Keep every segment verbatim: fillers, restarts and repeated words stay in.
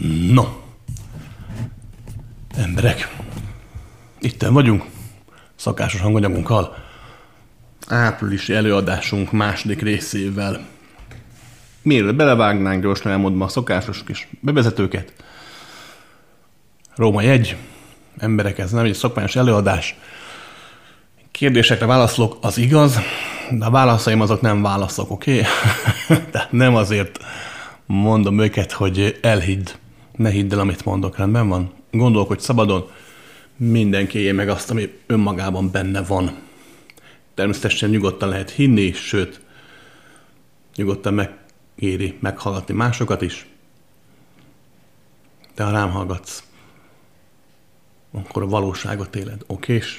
No, emberek, itten vagyunk, szokásos hanganyagunkkal, áprilisi előadásunk második részével. Mielőtt belevágnánk, gyorsan elmondom a szokásos kis bevezetőket. Római egy, emberek, ez nem egy szokványos előadás. Kérdésekre válaszolok, az igaz, de a válaszaim azok nem válaszok, oké? Okay? Tehát nem azért mondom őket, hogy elhidd, ne hidd el, amit mondok, rendben van? Gondolkodj szabadon, mindenki élje meg azt, ami önmagában benne van. Természetesen nyugodtan lehet hinni, sőt, nyugodtan megéri meghallgatni másokat is. De ha rám hallgatsz, akkor a valóságot éled, okés?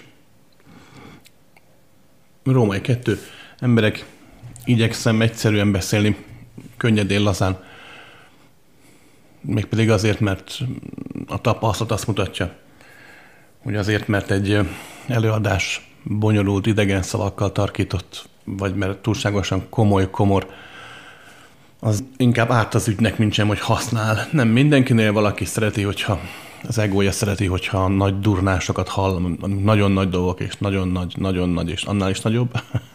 Római kettő. Emberek, igyekszem egyszerűen beszélni, könnyedén, lazán. Mégpedig azért, mert a tapasztalat azt mutatja, hogy azért, mert egy előadás bonyolult, idegen szavakkal tarkított, vagy mert túlságosan komoly, komor, az inkább árt az ügynek, mint sem, hogy használ. Nem mindenkinél valaki szereti, hogyha az egója szereti, hogyha nagy durnásokat hall, nagyon nagy dolgok, és nagyon nagy, nagyon nagy, és annál is nagyobb.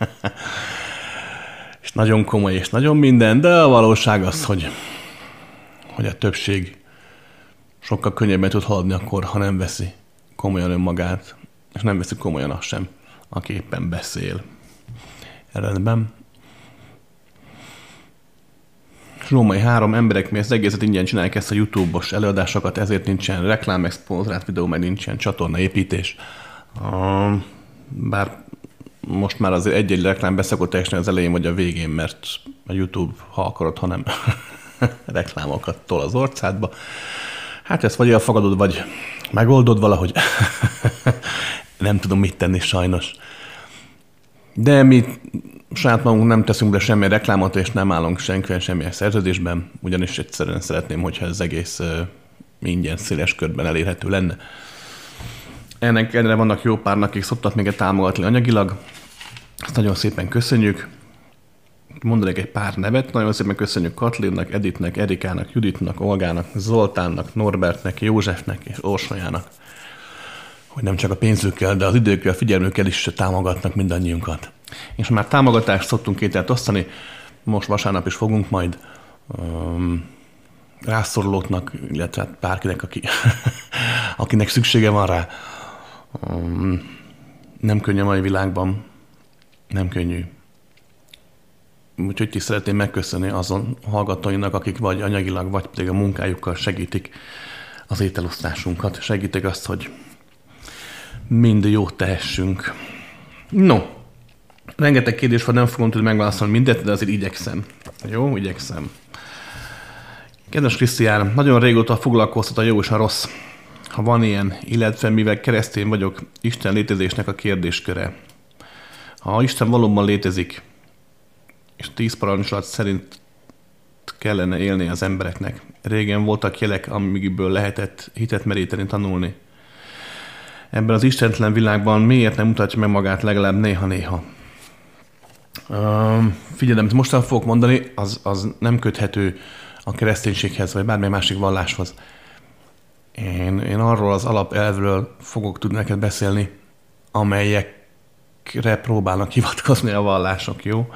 És nagyon komoly, és nagyon minden, de a valóság az, hogy, hogy a többség sokkal könnyebben tud haladni akkor, ha nem veszi komolyan önmagát, és nem veszi komolyan azt sem, aki éppen beszél. Rendben. Római három, emberek, mi ezt egészet ingyen csinálják ezt a YouTube-os előadásokat, ezért nincsen reklám, meg szponzorált videó, meg nincsen csatornaépítés. Bár most már azért egy-egy reklám beszokott esni az elején vagy a végén, mert a YouTube, ha akarod, hanem reklámokat tol az orcádba. Hát ezt vagy elfogadod, vagy megoldod valahogy. Nem tudom mit tenni sajnos. De mi saját magunk nem teszünk be semmi reklámot, és nem állunk senkivel semmilyen szerződésben, ugyanis egyszerűen szeretném, hogyha ez egész uh, ingyen széles körben elérhető lenne. Ennek ellenére vannak jó párnak, akik szoktak még támogatni anyagilag. Ezt nagyon szépen köszönjük. Mondanék egy pár nevet. Nagyon szépen köszönjük Katlinnak, Editnek, Erikának, Juditnak, Olgának, Zoltánnak, Norbertnek, Józsefnek és Orsolyának, hogy nem csak a pénzükkel, de az időkkel, a figyelmükkel is támogatnak mindannyiunkat. És már támogatást szoktunk kételt osztani, most vasárnap is fogunk majd um, rászorulóknak, illetve bárkinek, aki, akinek szüksége van rá. Um, nem könnyű a mai világban, nem könnyű. Úgyhogy is szeretném megköszönni azon hallgatóinak, akik vagy anyagilag, vagy pedig a munkájukkal segítik az ételosztásunkat, segítik azt, hogy mind jót tehessünk. No, rengeteg kérdés van, nem fogom tudni megválaszolni mindent, de azért igyekszem. Jó, igyekszem. Kedves Krisztián, nagyon régóta foglalkoztat a jó és a rossz. Ha van ilyen, illetve mivel keresztény vagyok, Isten létezésnek a kérdésköre. Ha Isten valóban létezik, és tíz parancsolat szerint kellene élni az embereknek. Régen voltak jelek, amikből lehetett hitet meríteni, tanulni. Ebben az istentlen világban miért nem mutatja meg magát legalább néha-néha? Uh, figyelj, amit mostan fogok mondani, az, az nem köthető a kereszténységhez, vagy bármely másik valláshoz. Én, én arról az alapelvről fogok tudni neked beszélni, amelyekre próbálnak hivatkozni a vallások, jó?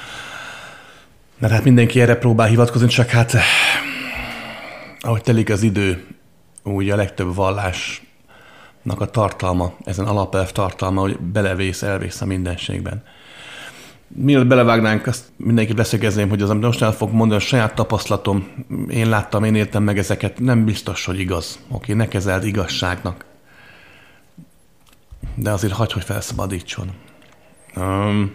Mert hát mindenki erre próbál hivatkozni, csak hát ahogy telik az idő, úgy a legtöbb vallásnak a tartalma, ezen alapelv tartalma, hogy belevész, elvész a mindenségben. Mielőtt belevágnánk, azt mindenkit beszélgezném, hogy az, amit most el fogok mondani, a saját tapasztalatom, én láttam, én éltem meg ezeket, nem biztos, hogy igaz. Oké, ne kezeld igazságnak. De azért hagyj, hogy felszabadítson. Um,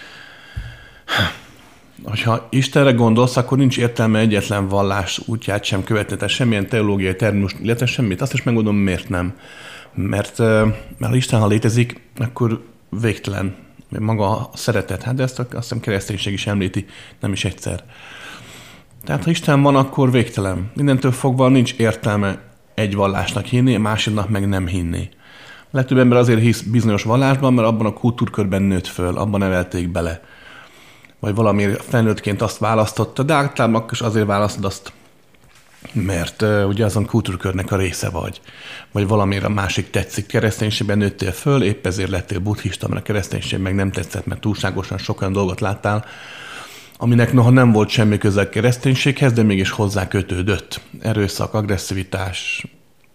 hogyha Istenre gondolsz, akkor nincs értelme egyetlen vallás útját sem követni, tehát semmilyen teológiai terminus, illetve semmit. Azt is megmondom, miért nem. Mert, mert ha Isten, ha létezik, akkor végtelen. Maga a szeretet, hát de ezt azt hiszem kereszténység is említi, nem is egyszer. Tehát ha Isten van, akkor végtelen. Mindentől fogva nincs értelme egy vallásnak hinni, a másiknak meg nem hinni. Legtöbb ember azért hisz bizonyos vallásban, mert abban a kultúrkörben nőtt föl, abban nevelték bele. Vagy valamiért felnőttként azt választotta, de általában is azért választod azt, mert uh, ugye azon kultúrkörnek a része vagy, vagy valamire a másik tetszik. Kereszténységben nőttél föl, épp ezért lettél buddhista, mert a kereszténység meg nem tetszett, mert túlságosan sok olyan dolgot láttál, aminek noha nem volt semmi köze a kereszténységhez, de mégis hozzá kötődött. Erőszak, agresszivitás,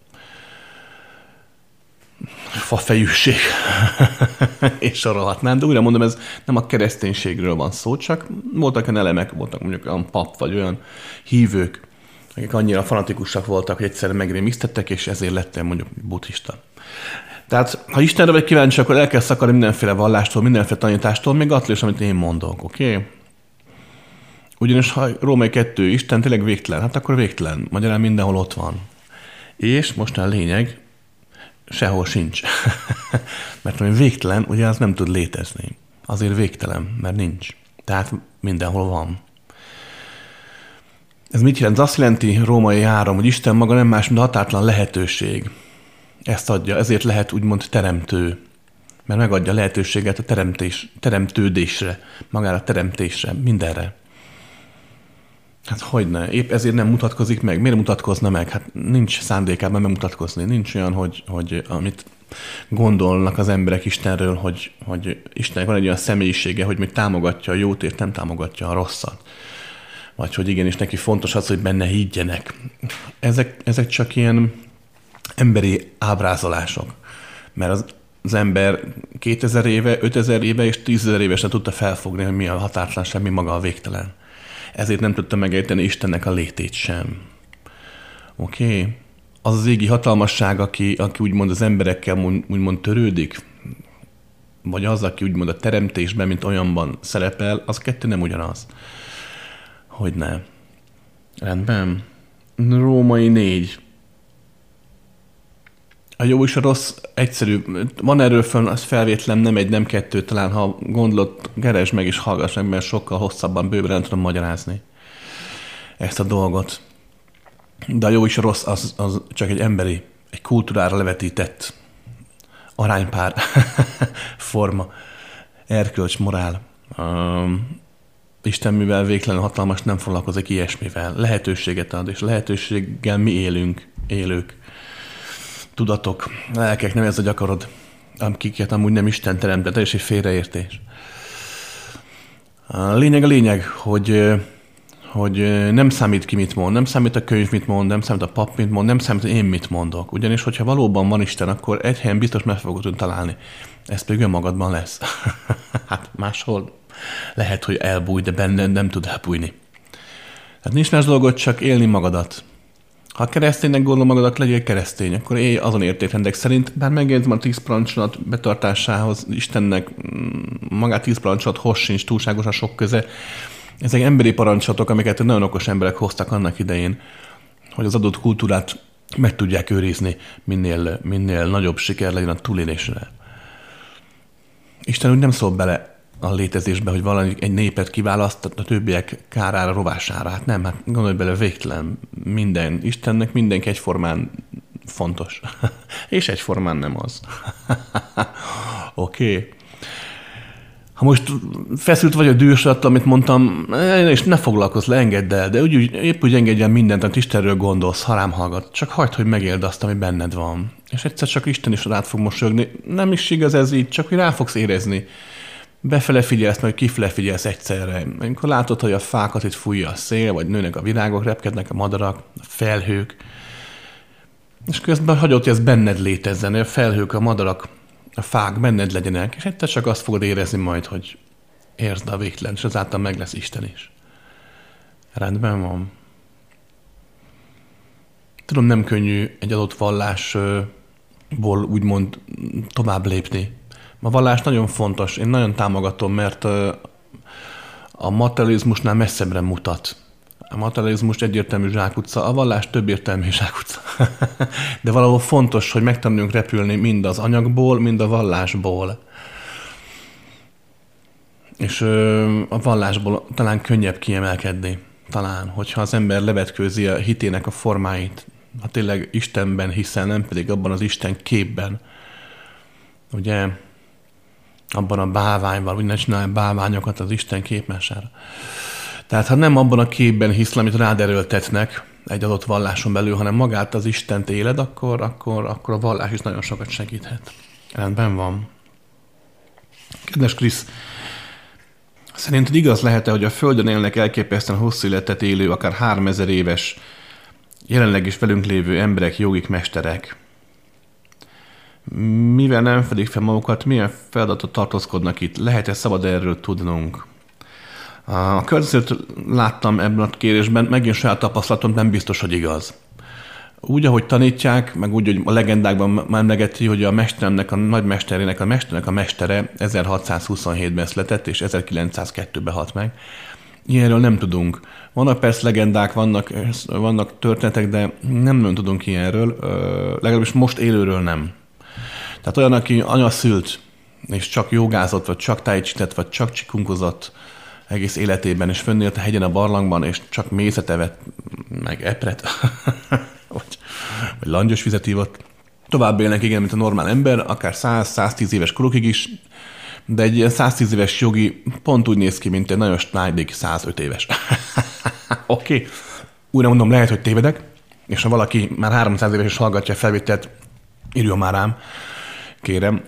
fafejűség, és sorolhatnám, de újra mondom, ez nem a kereszténységről van szó, csak voltak olyan elemek, voltak mondjuk olyan pap, vagy olyan hívők, akik annyira fanatikusak voltak, hogy egyszerűen megrémisztettek, és ezért lettem mondjuk buddhista. Tehát, ha Istenre vagy kíváncsi, akkor el kell szakadni mindenféle vallástól, mindenféle tanítástól, még attól is, amit én mondok, oké? Okay? Ugyanis, ha Római kettő Isten tényleg végtelen, hát akkor végtelen. Magyarán mindenhol ott van. És most a lényeg, sehol sincs. Mert ami végtelen, ugye az nem tud létezni. Azért végtelen, mert nincs. Tehát mindenhol van. Ez mit jelent? Azt jelenti, Római három, hogy Isten maga nem más, mint határtalan lehetőség. Ezt adja, ezért lehet úgymond teremtő. Mert megadja a lehetőséget a teremtés, teremtődésre, magára a teremtésre, mindenre. Hát hogyne, épp ezért nem mutatkozik meg. Miért mutatkozna meg? Hát nincs szándékában megmutatkozni. Nincs olyan, hogy, hogy amit gondolnak az emberek Istenről, hogy, hogy Istennek van egy olyan személyisége, hogy még támogatja a jót, és nem támogatja a rosszat. Vagy hogy igenis neki fontos az, hogy benne higgyenek. Ezek, ezek csak ilyen emberi ábrázolások. Mert az, az ember kétezer éve, ötezer éve és tízezer éve sem tudta felfogni, hogy mi a határtlanság, mi maga a végtelen. Ezért nem tudta megérteni Istennek a létét sem. Oké? Okay? Az az égi hatalmasság, aki, aki úgymond az emberekkel úgymond törődik, vagy az, aki úgymond a teremtésben, mint olyanban szerepel, az kettő nem ugyanaz. Hogyne. Rendben. Római négy. A jó és a rossz egyszerű. Van erről fönn, az felvétlen, nem egy, nem kettő, talán ha gondolt, keresd meg és hallgass meg, mert sokkal hosszabban, bőven nem tudom magyarázni ezt a dolgot. De a jó és a rossz az, az csak egy emberi, egy kultúrára levetített aránypár forma, erkölcs, morál. Um, Isten, mivel végtelen hatalmas, nem foglalkozik ilyesmivel. Lehetőséget ad, és lehetőséggel mi élünk, élők. Tudatok, lelkek, nem ez a gyakorod, akiket amúgy nem Isten teremtett, és egy félreértés. A lényeg a lényeg, hogy, hogy nem számít ki mit mond, nem számít a könyv mit mond, nem számít a pap mit mond, nem számít, hogy én mit mondok. Ugyanis, hogyha valóban van Isten, akkor egy helyen biztos meg fogod találni. Ez pedig önmagadban lesz. Hát máshol lehet, hogy elbújj, de benned nem tud elbújni. Hát nincs más dolgot, csak élni magadat. Ha kereszténynek gondol magadat, legyél keresztény, akkor élj azon értékrendek szerint, bár megjegyzem a tíz parancsolat betartásához, Istennek magát tíz parancsolathoz sincs túlságosan sok köze. Ezek emberi parancsolatok, amiket nagyon okos emberek hoztak annak idején, hogy az adott kultúrát meg tudják őrizni, minél, minél nagyobb siker legyen a túlélésre. Isten úgy nem szól bele a létezésbe, hogy valami egy népet kiválaszt a többiek kárára, rovására. Hát nem, hát gondolj bele, végtelen minden. Istennek mindenki egyformán fontos. És egyformán nem az. Oké. Okay. Ha most feszült vagy a dühös attól, amit mondtam, és ne foglalkozz le, engedd el, de úgy, úgy, épp úgy engedj el mindent, amit Istenről gondolsz, ha rám hallgat. Csak hagyd, hogy megéld azt, ami benned van. És egyszer csak Isten is rád fog mosolyogni. Nem is igaz ez így, csak hogy rá fogsz érezni. Befele figyelsz, majd kifele figyelsz egyszerre. Amikor látod, hogy a fákat itt fújja a szél, vagy nőnek a virágok, repkednek a madarak, a felhők, és közben hagyod, hogy ez benned létezzen, hogy a felhők, a madarak, a fák benned legyenek, és egyszer csak azt fogod érezni majd, hogy érzd a végtelen, és azáltal meg lesz Isten is. Rendben van. Tudom, nem könnyű egy adott vallásból úgymond tovább lépni. A vallás nagyon fontos, én nagyon támogatom, mert a materializmusnál messzebbre mutat. A materializmus egyértelmű zsákutca, a vallás több értelmű zsákutca. De valahol fontos, hogy megtanuljunk repülni mind az anyagból, mind a vallásból. És a vallásból talán könnyebb kiemelkedni. Talán, hogyha az ember levetkőzi a hitének a formáit, ha tényleg Istenben hiszel, nem pedig abban az Isten képben. Ugye, abban a bálványban, úgy ne csinálj bálványokat az Isten képmására. Tehát ha nem abban a képben hiszel, amit rád erőltetnek, egy adott valláson belül, hanem magát az Istent éled, akkor, akkor, akkor a vallás is nagyon sokat segíthet. Rendben van. Kedves Krisz, szerinted igaz lehet-e, hogy a Földön élnek elképesztően hosszú életet élő, akár háromezer éves, jelenleg is velünk lévő emberek, jogik, mesterek? Mivel nem fedik fel magukat, milyen feladatot tartózkodnak itt? Lehet-e szabad erről tudnunk? A következőt láttam ebben a kérésben, megint saját tapasztalatom, nem biztos, hogy igaz. Úgy, ahogy tanítják, meg úgy, hogy a legendákban emlegeti, hogy a mesteremnek, a nagymesterének, a mesternek a mestere ezerhatszázhuszonhétben született, és ezerkilencszázkettőben halt meg. Ilyenről nem tudunk. Vannak persze legendák, vannak, vannak történetek, de nem nagyon tudunk ilyenről, legalábbis most élőről nem. Tehát olyan, aki anya szült, és csak jogázott, vagy csak tájcsitett, vagy csak csikunkozott egész életében, és fönnélt a hegyen a barlangban, és csak mészet evett, meg epret, vagy, vagy langyos vizet ívott. Tovább élnek, igen, mint a normál ember, akár száz-száztíz éves korukig is, de egy ilyen száztíz éves jogi pont úgy néz ki, mint egy nagyon snájdig százöt éves. Oké. Okay. Újra mondom, lehet, hogy tévedek, és ha valaki már háromszáz éves és hallgatja a felvételt, írjon már rám, kérem.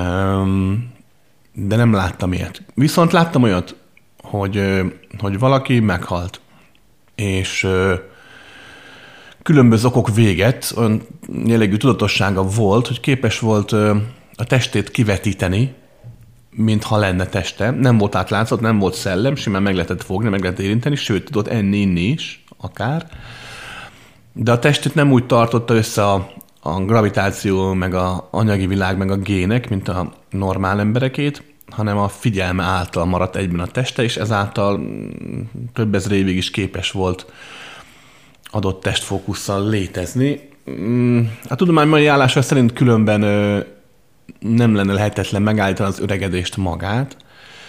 De nem láttam ilyet. Viszont láttam olyat, hogy, hogy valaki meghalt, és különböző okok véget, olyan jellegű tudatossága volt, hogy képes volt a testét kivetíteni, mintha lenne teste. Nem volt átlátszat, nem volt szellem, simán meg lehetett fogni, meg lehetett érinteni, sőt, tudott enni, inni is, akár. De a testét nem úgy tartotta össze a, a gravitáció, meg a anyagi világ, meg a gének, mint a normál emberekét, hanem a figyelme által maradt egyben a teste, és ezáltal több ezer évig is képes volt adott testfókusszal létezni. A tudomány mai állása szerint különben nem lenne lehetetlen megállítani az öregedést magát,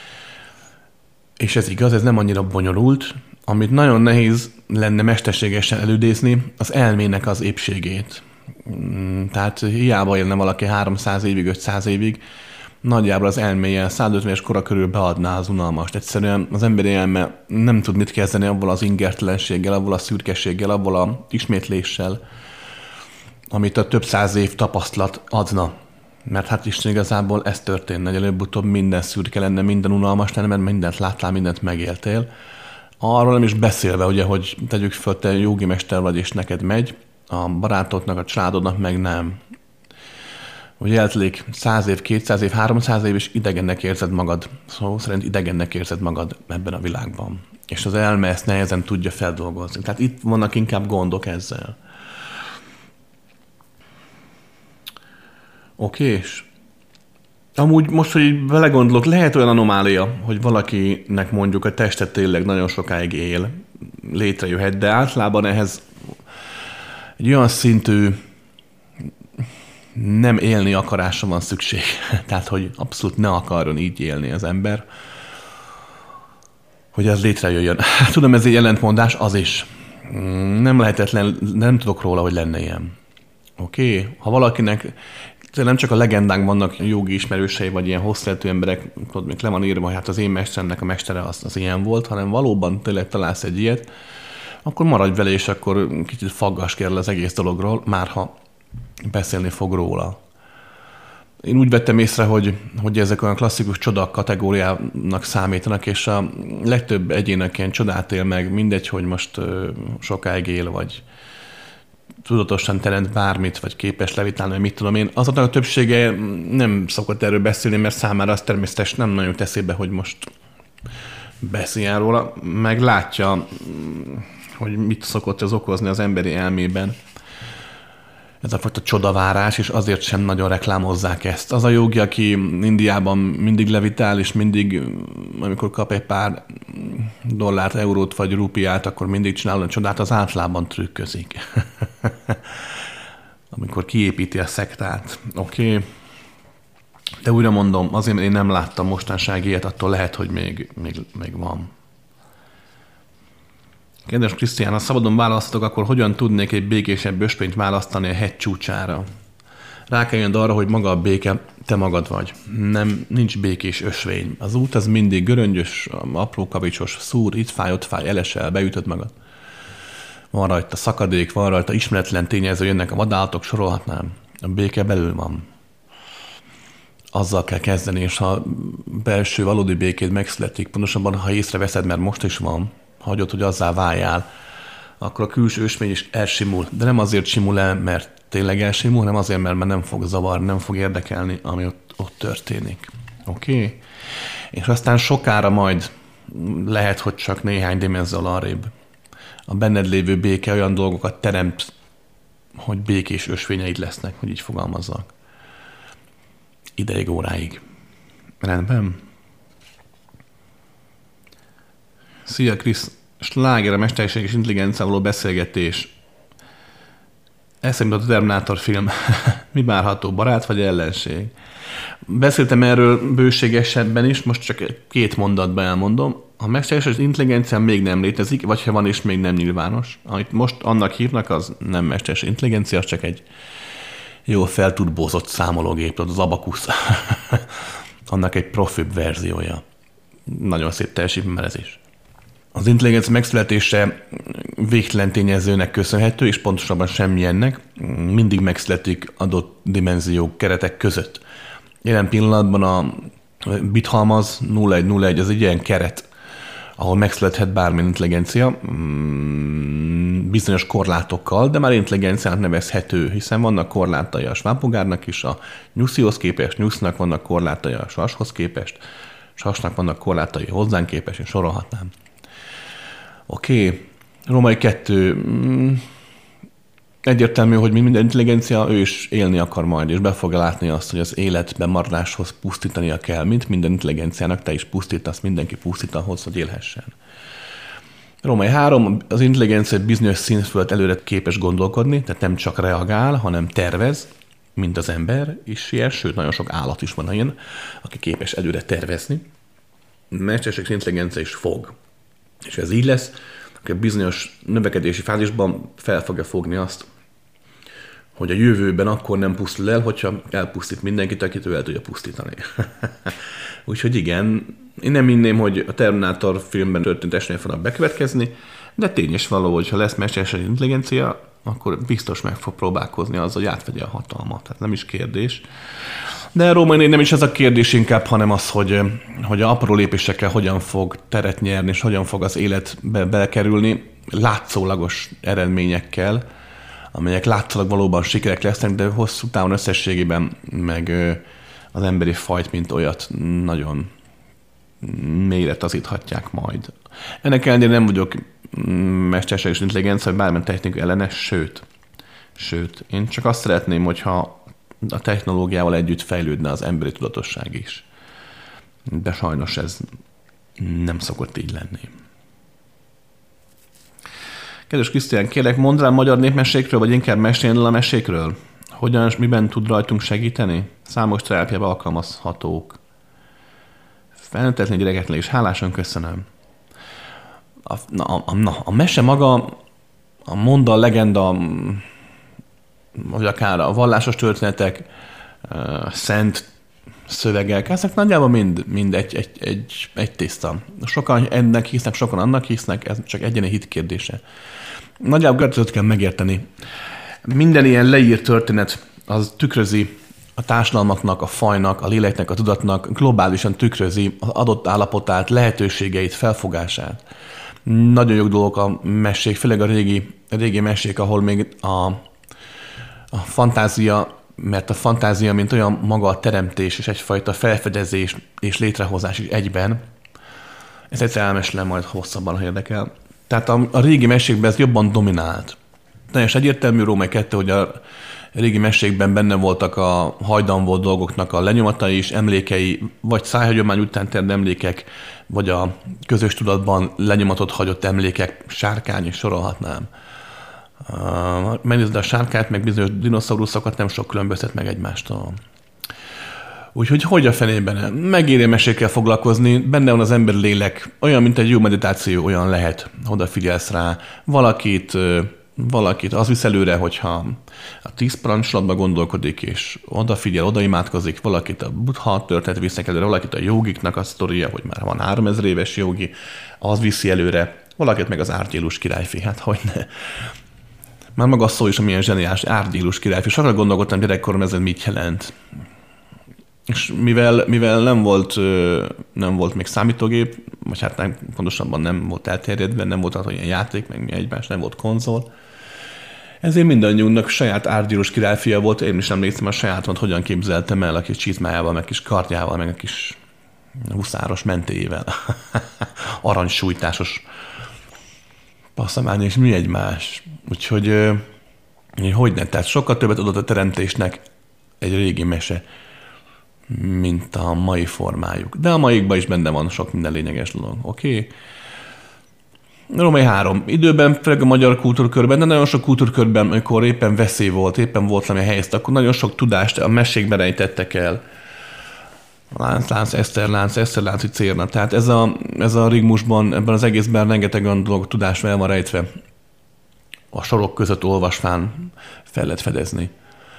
és ez igaz, ez nem annyira bonyolult. Amit nagyon nehéz lenne mesterségesen elődészni, az elmének az épségét. Tehát hiába élne valaki háromszáz évig, ötszáz évig, nagyjából az elméje százötven éves kora körül beadná az unalmast. Egyszerűen az emberi elme nem tud mit kezdeni avval az ingertelenséggel, avval a szürkeséggel, avval a ismétléssel, amit a több száz év tapasztalat adna. Mert hát Isten igazából ez történne, hogy előbb-utóbb minden szürke lenne, minden unalmas lenne, mert mindent láttál, mindent megéltél. Arról nem is beszélve, ugye, hogy tegyük föl, te jógi mester vagy, és neked megy, a barátodnak, a családodnak meg nem. Hogy eltelik száz év, kétszáz év, háromszáz év, és idegennek érzed magad. Szóval szerint idegennek érzed magad ebben a világban. És az elme ezt nehezen tudja feldolgozni. Tehát itt vannak inkább gondok ezzel. Oké, és amúgy most, hogy így belegondolok, lehet olyan anomália, hogy valakinek mondjuk a teste tényleg nagyon sokáig él, létrejöhet, de általában ehhez egy olyan szintű nem élni akarásra van szükség. Tehát, hogy abszolút ne akarjon így élni az ember, hogy ez létrejöjjön. Tudom, ez egy ellentmondás, az is. Nem lehetetlen, nem tudok róla, hogy lenne ilyen. Oké? Okay? Ha valakinek nem csak a legendánk vannak jogi ismerősei, vagy ilyen hosszú emberek, tudod, még le van írva, hogy hát az én mesteremnek a mestere az, az ilyen volt, hanem valóban tényleg találsz egy ilyet, akkor maradj vele, és akkor kicsit faggass kell az egész dologról, már ha beszélni fog róla. Én úgy vettem észre, hogy, hogy ezek olyan klasszikus csoda kategóriának számítanak, és a legtöbb egyének ilyen csodát él meg, mindegy, hogy most sokáig él, vagy tudatosan teremt bármit, vagy képes levitálni, vagy mit tudom én. Azoknak a többsége nem szokott erről beszélni, mert számára az természetes nem nagyon jut eszébe, hogy most beszéljen róla, meg látja, hogy mit szokott ez okozni az emberi elmében. Ez a fajta csodavárás, és azért sem nagyon reklámozzák ezt. Az a jogi, aki Indiában mindig levitál, és mindig, amikor kap egy pár dollárt, eurót vagy rupiát, akkor mindig csinál a csodát, az általában trükközik. Amikor kiépíti a szektát. Oké. Okay. De újra mondom, azért, mert én nem láttam mostanság ilyet, attól lehet, hogy még, még, még van. Kedves Krisztián, ha szabadon választok, akkor hogyan tudnék egy békésebb ösvényt választani a hegy csúcsára? Rá kell jönned arra, hogy maga a béke, te magad vagy. Nem, nincs békés ösvény. Az út az mindig göröngyös, apró kavicsos, szúr, itt fáj, ott fáj, elesel, beütöd magad. van rajta szakadék, van rajta ismeretlen tényező, jönnek a vadállatok, sorolhatnám. A béke belül van. Azzal kell kezdeni, és ha belső valódi békéd megszületik, pontosabban, ha észreveszed, mert most is van, hagyod, hogy azzá váljál, akkor a külső ösvény is elsimul. De nem azért simul el, mert tényleg elsimul, hanem azért, mert nem fog zavarni, nem fog érdekelni, ami ott, ott történik. Oké? Okay? És aztán sokára majd lehet, hogy csak néhány dimenzió arrébb a benned lévő béke olyan dolgokat teremt, hogy békés ösvényeid lesznek, hogy így fogalmazzak. Ideig, óráig. Rendben? Szia, Krisz! Sláger, a mesterség és intelligencia való beszélgetés. Eszembe a Terminátor film. Mi várható, barát vagy ellenség? Beszéltem erről bőségesebben is, most csak két mondatban elmondom. A mesterséges intelligencia még nem létezik, vagy ha van is, még nem nyilvános. Amit most annak hívnak, az nem mesterséges intelligencia, az csak egy jó felturbózott számológép, az Abacus. Annak egy profibb verziója. Nagyon szép teljesítményezés. Az intelligencia megszületése végtelen tényezőnek köszönhető, és pontosabban semmilyennek. Mindig megszületik adott dimenziók, keretek között. Jelen pillanatban a bithalmaz nulla egy nulla egy az egy ilyen keret, ahol megszülethet bármilyen intelligencia, bizonyos korlátokkal, de már intelligenciának nevezhető, hiszen vannak korlátai a svábogárnak is, a nyuszihoz képest, nyusznak vannak korlátai a sashoz képest, sasnak vannak korlátai hozzánk képest, én sorolhatnám. Oké, okay. Római kettő. Egyértelmű, hogy minden intelligencia, ő is élni akar majd, és be fogja látni azt, hogy az életben maradáshoz pusztítania kell, mint minden intelligenciának, te is pusztítasz, mindenki pusztít ahhoz, hogy élhessen. Római három. Az intelligencia bizonyos szint fölött előre képes gondolkodni, tehát nem csak reagál, hanem tervez, mint az ember is ilyen, sőt, nagyon sok állat is van ilyen, aki képes előre tervezni. Mesterséges intelligencia is fog. És ez így lesz, akkor bizonyos növekedési fázisban fel fogja fogni azt, hogy a jövőben akkor nem pusztul el, hogyha elpusztít mindenkit, akit ő el tudja pusztítani. Úgyhogy igen, én nem hinném, hogy a Terminátor filmben történt események fognak bekövetkezni, de tény és való, hogy ha lesz mesterséges intelligencia, akkor biztos meg fog próbálkozni az, hogy átvegye a hatalmat. Tehát nem is kérdés. De Római nem is ez a kérdés inkább, hanem az, hogy, hogy a apró lépésekkel hogyan fog teret nyerni, és hogyan fog az életbe bekerülni látszólagos eredményekkel, amelyek látszólag valóban sikerek lesznek, de hosszú távon összességében meg az emberi fajt, mint olyat nagyon mélyre taszíthatják majd. Ennek ellenére nem vagyok mesterséges intelligencia, vagy bármilyen technika ellenes, sőt, sőt, én csak azt szeretném, hogyha a technológiával együtt fejlődne az emberi tudatosság is. De sajnos ez nem szokott így lenni. Kedves Krisztián, kérlek, mondd rám magyar népmesékről, vagy inkább mesélj a mesékről? Hogyan és miben tud rajtunk segíteni? Számos terápiában alkalmazhatók. Felnőttetlen gyerekeknek is hálásan köszönöm. A, na, a, na, a mese maga, a monda, a legenda, vagy akár a vallásos történetek, szent szövegek, ezek nagyjából mind, mind egy, egy, egy, egy tiszta. Sokan ennek hisznek, sokan annak hisznek, ez csak egyéni hit kérdése. Nagyjából gratulót kell megérteni. Minden ilyen leírt történet az tükrözi a társadalmaknak, a fajnak, a léleknek, a tudatnak, globálisan tükrözi az adott állapotát, lehetőségeit, felfogását. Nagyon jó dolgok a mesék, főleg a régi, a régi mesék, ahol még a, a fantázia, mert a fantázia, mint olyan maga a teremtés és egyfajta felfedezés és létrehozás is egyben, ez egyszer elmesélem majd hosszabban, ha érdekel. Tehát a, a régi mesékben ez jobban dominált. Teljesen egyértelmű Római kettő, hogy a régi mesékben benne voltak a hajdan volt dolgoknak a lenyomatai is, emlékei, vagy szájhagyomány után tért emlékek, vagy a közös tudatban lenyomatot hagyott emlékek, sárkány, és sorolhatnám. Uh, megnézed a sárkányt, meg bizonyos dinoszauruszokat nem sok különböztet meg egymástól. Úgyhogy hogy a fenében? Megéri mesékkel foglalkozni, benne van az ember lélek, olyan, mint egy jó meditáció, olyan lehet, odafigyelsz rá. Valakit, valakit az visz előre, hogyha a tíz parancsolatban gondolkodik, és odafigyel, odaimádkozik, valakit a Buddha történet visznek előre, valakit a jogiknak a sztoria, hogy már van háromezer éves jogi, az viszi előre, Valakit meg az árgyélus királyfi, hát hogy ne. Már maga a szó is, amilyen zseniális, árgyélus királyfi. Sokat gondolkodtam gyerekkorom, ez mit jelent. És mivel, mivel nem, volt, nem volt még számítógép, vagy hát nem, pontosabban nem volt elterjedve, nem volt olyan játék, meg mi egymás, nem volt konzol, ezért mindannyiunknak saját árgyilós királyfia volt, én is emlékszem a sajátomat, hogyan képzeltem el a kis csizmájával, meg kis kardjával, meg a kis huszáros mentéjével, aranysújtásos passzamány, és mi egymás. Úgyhogy hogy ne, tehát sokkal többet adott a teremtésnek egy régi mese, mint a mai formájuk. De a maikban is benne van sok minden lényeges dolog. Oké? Okay? Római három. Időben, főleg a magyar kultúrkörben, de nagyon sok kultúrkörben, amikor éppen veszély volt, éppen volt valami helyzet, akkor nagyon sok tudást a mesékbe rejtettek el. Lánc, lánc, eszterlánc, eszterlánci cérna. Tehát ez a, ez a rigmusban, ebben az egészben rengeteg olyan dolog, tudás el van rejtve. A sorok között olvasván fel lehet fedezni.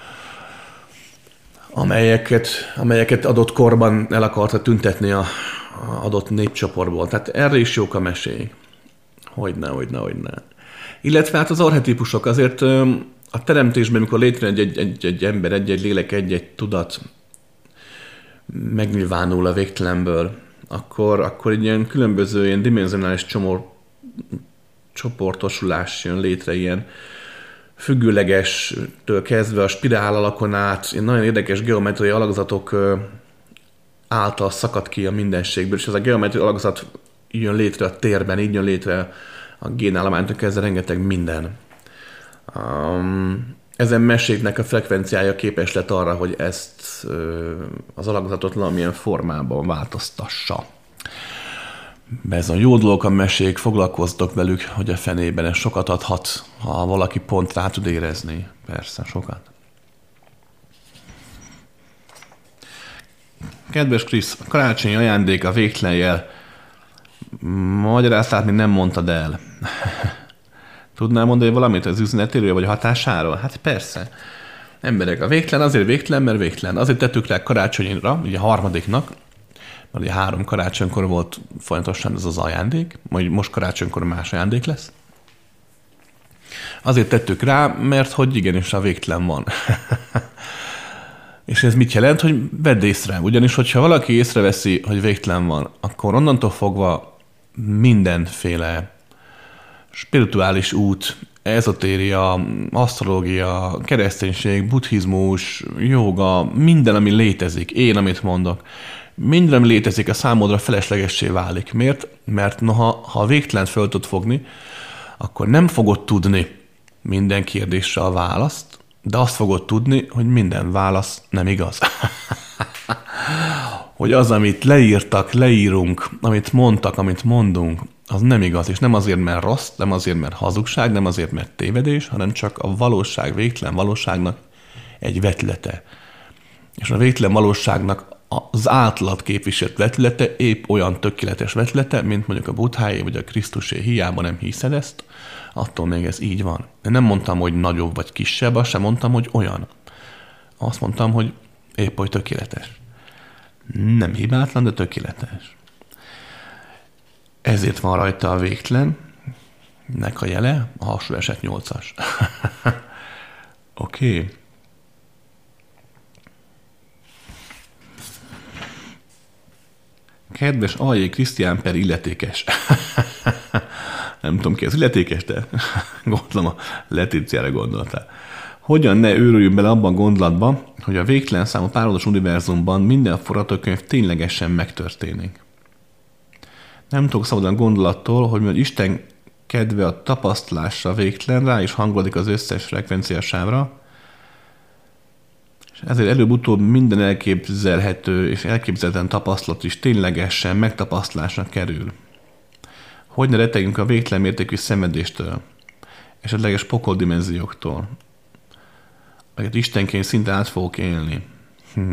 Amelyeket, amelyeket adott korban el akarta tüntetni a, a adott népcsoportból. Tehát erre is jók a mesék. Hogyne, hogyne, hogyne. Illetve hát az archetípusok azért a teremtésben, amikor létrejön egy, egy, egy ember, egy-egy lélek, egy-egy tudat megnyilvánul a végtelenből, akkor, akkor egy ilyen különböző ilyen dimenzionális csomó csoportosulás jön létre, ilyen függőlegestől kezdve a spirál alakon át, ilyen nagyon érdekes geometriai alakzatok által szakad ki a mindenségből, és ez a geometriai alakzat jön létre a térben, így jön létre a génállománytól kezdve rengeteg minden. Um, ezen meséknek a frekvenciája képes lett arra, hogy ezt az alakzatot valamilyen formában változtassa. Ez a jó dolgok a mesék, foglalkoztok velük, hogy a fenében ez sokat adhat, ha valaki pont rá tud érezni. Persze, sokat. Kedves Krisz, a karácsonyi ajándék a végtelen jel. Magyaráztát még nem mondtad el. Tudnál mondani valamit az üzenetéről, vagy a hatásáról? Hát persze. Emberek, a végtelen azért végtelen, mert végtelen. Azért tettük rá karácsonyra, ugye a harmadiknak, mert ugye három karácsonykor volt folyamatosan ez az ajándék, majd most karácsonykor más ajándék lesz. Azért tettük rá, mert hogy igenis a végtelen van. És ez mit jelent, hogy vedd észre. Ugyanis, hogyha valaki észreveszi, hogy végtelen van, akkor onnantól fogva mindenféle spirituális út, ezotéria, asztrológia, kereszténység, buddhizmus, jóga, minden, ami létezik, én, amit mondok, minden, ami létezik, a számodra feleslegessé válik. Miért? Mert noha, ha végtelent föl tudod fogni, akkor nem fogod tudni minden kérdésre a választ, de azt fogod tudni, hogy minden válasz nem igaz. Hogy az, amit leírtak, leírunk, amit mondtak, amit mondunk, az nem igaz, és nem azért, mert rossz, nem azért, mert hazugság, nem azért, mert tévedés, hanem csak a valóság, végtelen valóságnak egy vetülete. És a végtelen valóságnak az általad képviselt vetülete épp olyan tökéletes vetülete, mint mondjuk a Buddháé vagy a Krisztusé, hiába nem hiszed ezt, attól még ez így van. Én nem mondtam, hogy nagyobb vagy kisebb, azt sem mondtam, hogy olyan. Azt mondtam, hogy épp hogy tökéletes. Nem hibátlan, de tökéletes. Ezért van rajta a végtelennek a jele, a alsó eset nyolcas. Oké. Okay. Kedves aljé Krisztián per illetékes. Nem tudom ki az illetékes, de gondolom a Letíciára gondoltál. Hogyan ne őrüljünk bele abban a gondolatban, hogy a végtelen számú párodos univerzumban minden forgatókönyv ténylegesen megtörténik. Nem tudok szabadon gondolattól, hogy mivel Isten kedve a tapasztalásra végtelen, rá is hangolódik az összes frekvenciásávra, és ezért előbb-utóbb minden elképzelhető és elképzelhetetlen tapasztalat is ténylegesen megtapasztalásra kerül. Hogy ne rettegjünk a végtelen mértékű szenvedéstől, esetleges pokoldimenzióktól, amiket istenként szinte át fogok élni. Hm.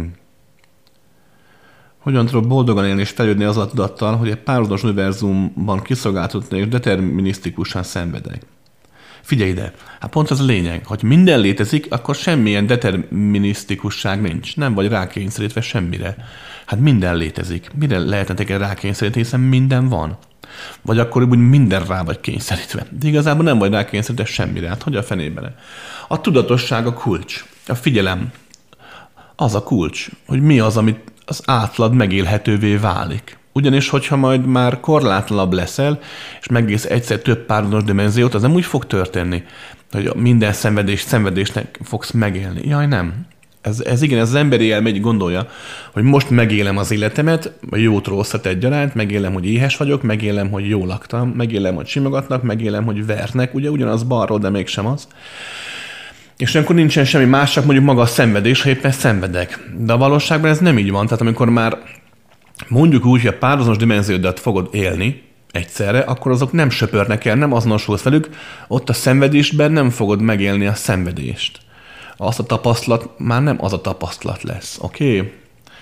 Hogyan tudok boldogan élni és fejlődni az a tudattal, hogy egy párodos univerzumban kiszolgáltatni és determinisztikusan szenvedek. Figyelj ide, hát pont az a lényeg, hogy minden létezik, akkor semmilyen determinisztikusság nincs. Nem vagy rákényszerítve semmire. Hát minden létezik. Mire lehetne téged rákényszeríteni, hiszen minden van. Vagy akkor úgy minden rá vagy kényszerítve. De igazából nem vagy rá kényszerítve semmire. Hát hogy a fenében? A tudatosság a kulcs. A figyelem az a kulcs, hogy mi az, amit az átlag megélhetővé válik. Ugyanis, hogyha majd már korlátlanabb leszel, és megész egyszer több párhuzamos dimenziót, az nem úgy fog történni, hogy minden szenvedést szenvedésnek fogsz megélni. Jaj, nem. Ez, ez igen, ez az emberi elme így gondolja, hogy most megélem az életemet, vagy jót rosszat egyaránt, megélem, hogy éhes vagyok, megélem, hogy jól laktam, megélem, hogy simogatnak, megélem, hogy vernek, ugye ugyanaz balról, de mégsem az. És akkor nincsen semmi más, csak mondjuk maga a szenvedés, ha éppen szenvedek. De a valóságban ez nem így van. Tehát amikor már mondjuk úgy, hogy a párhuzamos dimenziódat fogod élni egyszerre, akkor azok nem söpörnek el, nem azonosulsz velük, ott a szenvedésben nem fogod megélni a szenvedést. Azt a tapasztalat már nem az a tapasztalat lesz, oké? Okay?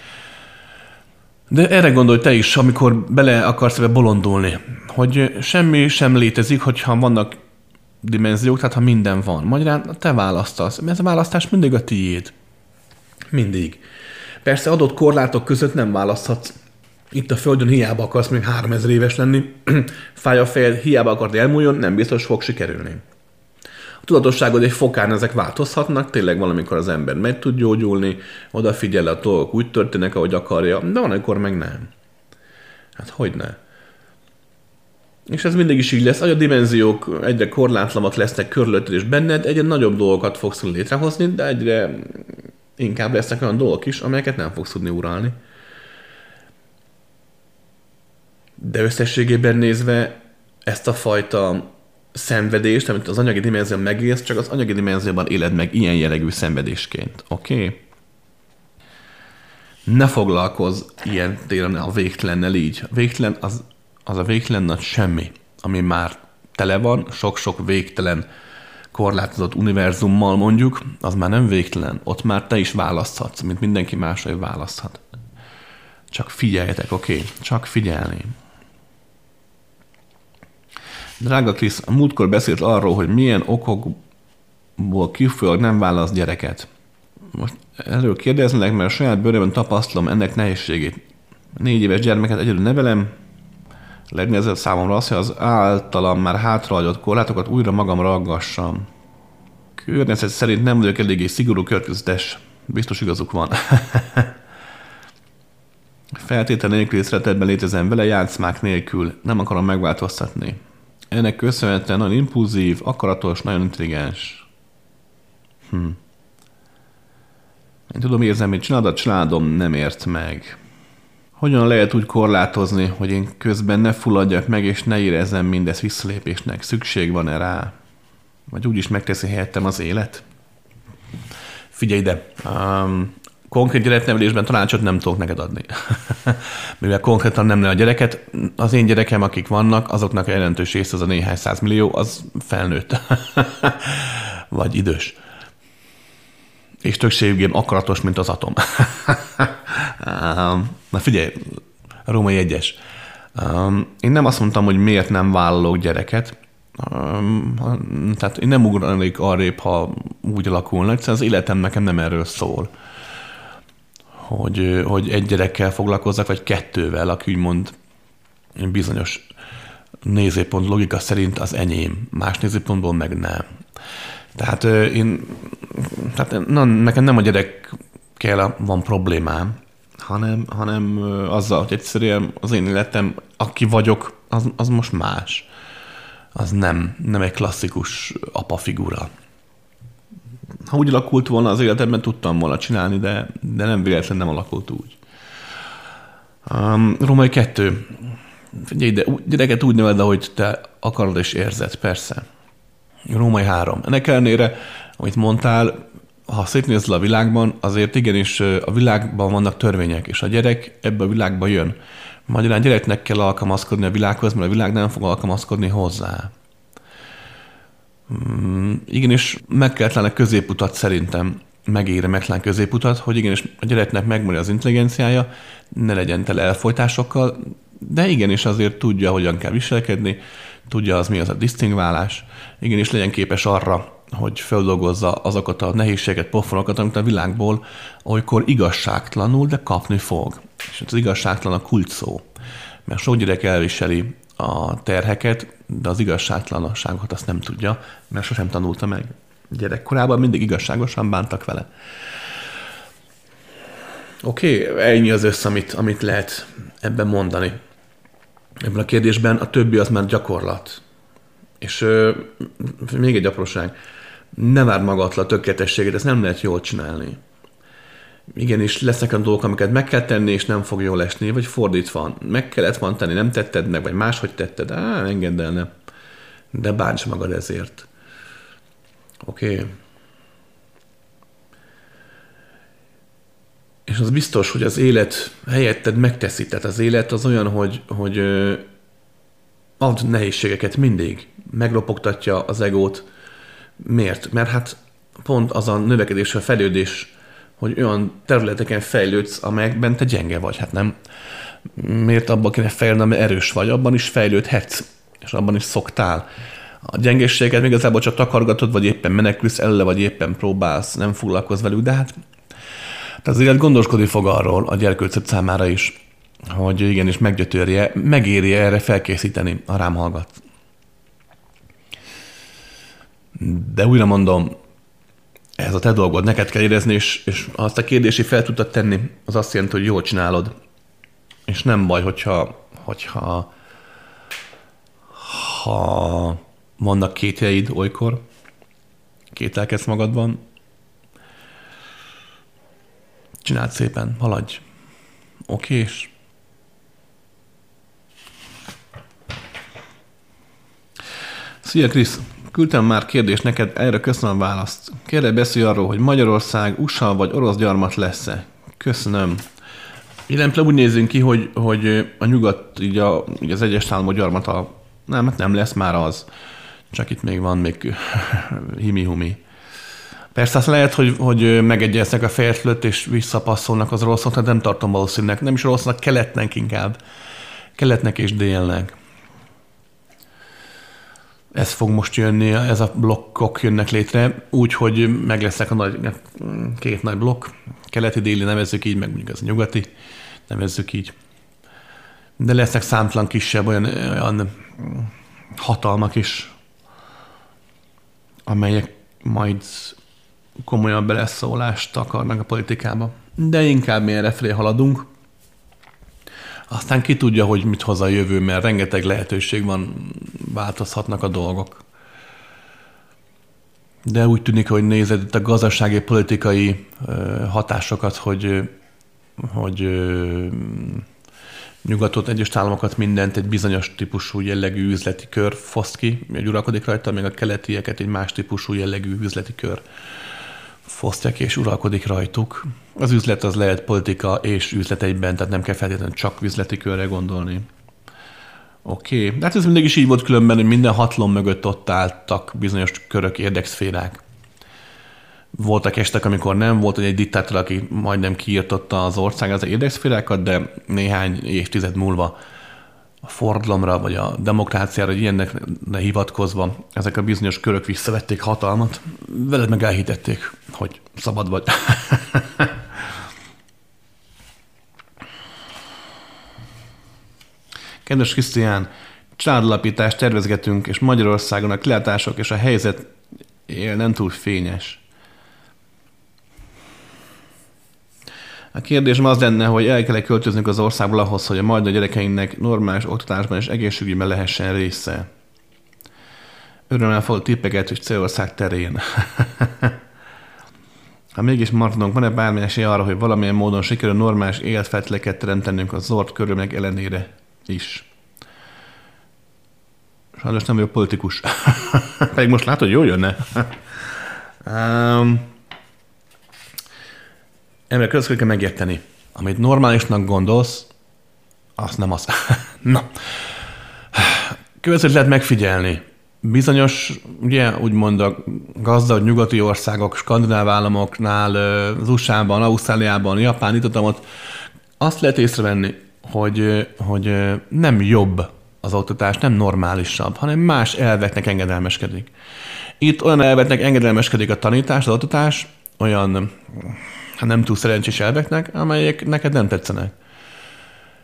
De erre gondolj te is, amikor bele akarsz ebbe bolondulni, hogy semmi sem létezik, hogyha vannak dimenziók, tehát ha minden van. Magyarán te választasz. Ez a választás mindig a tiéd. Mindig. Persze adott korlátok között nem választhatsz. Itt a Földön hiába akarsz még háromezer éves lenni, fáj a fejed, hiába akart elmúljon, nem biztos fog sikerülni. A tudatosságod egy fokán ezek változhatnak, tényleg valamikor az ember meg tud gyógyulni, odafigyel, a dolgok úgy történnek, ahogy akarja, de van, amikor meg nem. Hát hogyne? És ez mindig is így lesz, hogy a dimenziók egyre korlátlanabbak lesznek körülötted és benned, egyre nagyobb dolgokat fogsz létrehozni, de egyre inkább lesznek olyan dolgok is, amelyeket nem fogsz tudni uralni. De összességében nézve ezt a fajta szenvedést, amit az anyagi dimenzióban megélsz, csak az anyagi dimenzióban éled meg ilyen jellegű szenvedésként. Oké? Okay? Ne foglalkozz ilyen téren a végtelennel így. A végtelen az, az a végtelen nagy semmi, ami már tele van, sok-sok végtelen korlátozott univerzummal mondjuk, az már nem végtelen. Ott már te is választhatsz, mint mindenki más, hogy választhat. Csak figyeljetek, oké? Okay? Csak figyelni. Drága Krisz, a múltkor beszélt arról, hogy milyen okokból kifolyólag nem választ gyereket. Most erről kérdezlek, mert a saját bőrében tapasztalom ennek nehézségét. Négy éves gyermeket egyedül nevelem. Legnehezebb számomra az, hogy az általam már hátrahagyott korlátokat újra magamra aggassam. Környezet szerint nem vagyok eléggé szigorú következetes. Biztos igazuk van. Feltétel nélküli szeretetben létezem vele, játszmák nélkül. Nem akarom megváltoztatni. Ennek köszönhetően nagyon impulzív, akaratos, nagyon intelligens. Hm. Én tudom, érzem, hogy csinálod, a családom nem ért meg. Hogyan lehet úgy korlátozni, hogy én közben ne fulladjak meg, és ne érezzem mindezt visszalépésnek? Szükség van-e rá? Vagy úgyis megteszi helyettem az élet? Figyelj ide! Um, konkrét gyereknevelésben tanácsot nem tudok neked adni. Mivel konkrétan nem ne a gyereket, az én gyerekem, akik vannak, azoknak a jelentős része, az a néhány százmillió, az felnőtt. Vagy idős. És többségében akaratos, mint az atom. Na figyelj, római egyes. Én nem azt mondtam, hogy miért nem vállalok gyereket. Tehát én nem ugranék arrébb, ha úgy alakulna. Egyszerűen az életem nekem nem erről szól. Hogy, hogy egy gyerekkel foglalkozzak, vagy kettővel, aki úgymond bizonyos nézőpont logika szerint az enyém. Más nézőpontból meg nem. Tehát én, tehát na, nekem nem a gyerekkel van problémám, hanem, hanem azzal, hogy egyszerűen az én életem, aki vagyok, az, az most más. Az nem, nem egy klasszikus apa figura. Ha úgy alakult volna az életemben, tudtam volna csinálni, de, de nem véletlenül nem alakult úgy. Um, Római kettő. Figyelj, de gyereket úgy neveld, ahogy te akarod és érzed, persze. Római három. Ennek ellenére, amit mondtál, ha szétnézel a világban, azért igenis a világban vannak törvények, és a gyerek ebbe a világba jön. Magyarán gyereknek kell alkalmazkodni a világhoz, mert a világ nem fog alkalmazkodni hozzá. Hmm, igenis meg kell találni a középutat szerintem, megére megtalálni középutat, hogy igenis a gyereknek megmondja az intelligenciája, ne legyen tele elfojtásokkal, de igenis azért tudja, hogyan kell viselkedni, tudja az mi az a disztingválás, igenis legyen képes arra, hogy földolgozza azokat a nehézségeket, pofonokat, amit a világból olykor igazságtalanul, de kapni fog. És az igazságtalan a kulcs szó. Mert sok gyerek elviseli a terheket, de az igazságtalanságot azt nem tudja, mert sosem tanulta meg. Gyerekkorában mindig igazságosan bántak vele. Oké, okay, ennyi az össze, amit, amit lehet ebben mondani. Ebben a kérdésben a többi az már gyakorlat. És ö, még egy apróság. Ne várd magadtól a tökéletességet, ezt nem lehet jól csinálni. Igenis, lesznek olyan dolgok, amiket meg kell tenni, és nem fog jól esni, vagy fordítva. Meg kellett van tenni, nem tetted meg, vagy máshogy tetted. Á, engedd el, ne. De bánts magad ezért. Oké. Okay. És az biztos, hogy az élet helyetted megteszi. Tehát az élet az olyan, hogy, hogy ad nehézségeket mindig. Megropogtatja az egót. Miért? Mert hát pont az a növekedés, a fejlődés, hogy olyan területeken fejlődsz, amelyekben te gyenge vagy. Hát nem. Miért abban kéne fejlődni, amely erős vagy? Abban is fejlődhetsz, és abban is szoktál. A gyengességet még igazából csak takargatod, vagy éppen menekülsz elle, vagy éppen próbálsz, nem foglalkozz velük, de hát az élet gondoskodni fog arról a gyerkőcöd számára is, hogy igenis meggyötörje, megéri erre felkészíteni, ha rám hallgat. De újra mondom, ez a te dolgod, neked kell érezni, és, és ha azt a kérdési fel tudtad tenni, az azt jelenti, hogy jól csinálod. És nem baj, hogyha, hogyha ha vannak kételjeid olykor, kételkedsz magadban, csináld szépen, haladj. Okés? Szia Krisz! Küldtem már kérdést neked, erre köszönöm a választ. Kérlek beszélj arról, hogy Magyarország u es á vagy orosz gyarmat lesz-e? Köszönöm. Jelen úgy nézünk ki, hogy, hogy a nyugat, így, a, így az egyes államok gyarmata, nem, hát nem lesz már az. Csak itt még van még himi-humi. Persze azt lehet, hogy, hogy megegyeznek a fejet fölött, és visszapasszolnak az oroszoknak, nem tartom valószínűleg. Nem is orosznak, keletnek inkább. Keletnek és délnek. Ez fog most jönni, ez a blokkok jönnek létre, úgy, hogy meg lesznek a nagy, két nagy blokk. Keleti-déli nevezzük így, meg mondjuk az nyugati nevezzük így. De lesznek számtalan kisebb olyan, olyan hatalmak is, amelyek majd komolyan beleszólást akarnak a politikába. De inkább mi errefelé haladunk. Aztán ki tudja, hogy mit hoz a jövő, mert rengeteg lehetőség van, változhatnak a dolgok. De úgy tűnik, hogy nézed itt a gazdasági, politikai hatásokat, hogy, hogy nyugatot, egyes államokat, mindent egy bizonyos típusú jellegű üzleti kör foszt ki, hogy uralkodik rajta, még a keletieket egy más típusú jellegű üzleti kör fosztják és uralkodik rajtuk. Az üzlet az lehet politika és üzlet egyben, tehát nem kell feltétlenül csak üzleti körre gondolni. Oké, okay. De hát ez mindig is így volt különben, hogy minden hatalom mögött ott álltak bizonyos körök, érdekszférák. Voltak estek, amikor nem volt, hogy egy diktátor, aki majdnem kiirtotta az ország az érdekszférákat, de néhány évtized múlva a forradalomra, vagy a demokráciára, vagy ilyennek hivatkozva ezek a bizonyos körök visszavették hatalmat, veled meg elhitették, hogy szabad vagy. Kedves Krisztián, családalapítást tervezgetünk, és Magyarországon a kilátások és a helyzet él nem túl fényes. A kérdésem az lenne, hogy el kell költöznünk az országból ahhoz, hogy a majd a gyerekeinknek normális oktatásban és egészségügyben lehessen része. Örömmel fogok tippeket és Célország terén. Ha mégis maradunk, van-e bármilyen esély arra, hogy valamilyen módon sikerül normális életfeltételeket teremtenünk a zord körülmények ellenére is? Sajnos nem vagyok politikus. Pedig most látod, hogy jól jönne. um, Emre, közül kell megérteni. Amit normálisnak gondolsz, azt nem az. Na. Következőt lehet megfigyelni. Bizonyos, ugye, úgymond a gazdag nyugati országok, skandináv államoknál, az u es á-ban, Ausztráliában, Japán, itt ott, azt lehet észrevenni, hogy, hogy nem jobb az oktatás, nem normálisabb, hanem más elveknek engedelmeskedik. Itt olyan elveknek engedelmeskedik a tanítás, az oktatás, olyan nem túl szerencsés elveknek, amelyek neked nem tetszenek.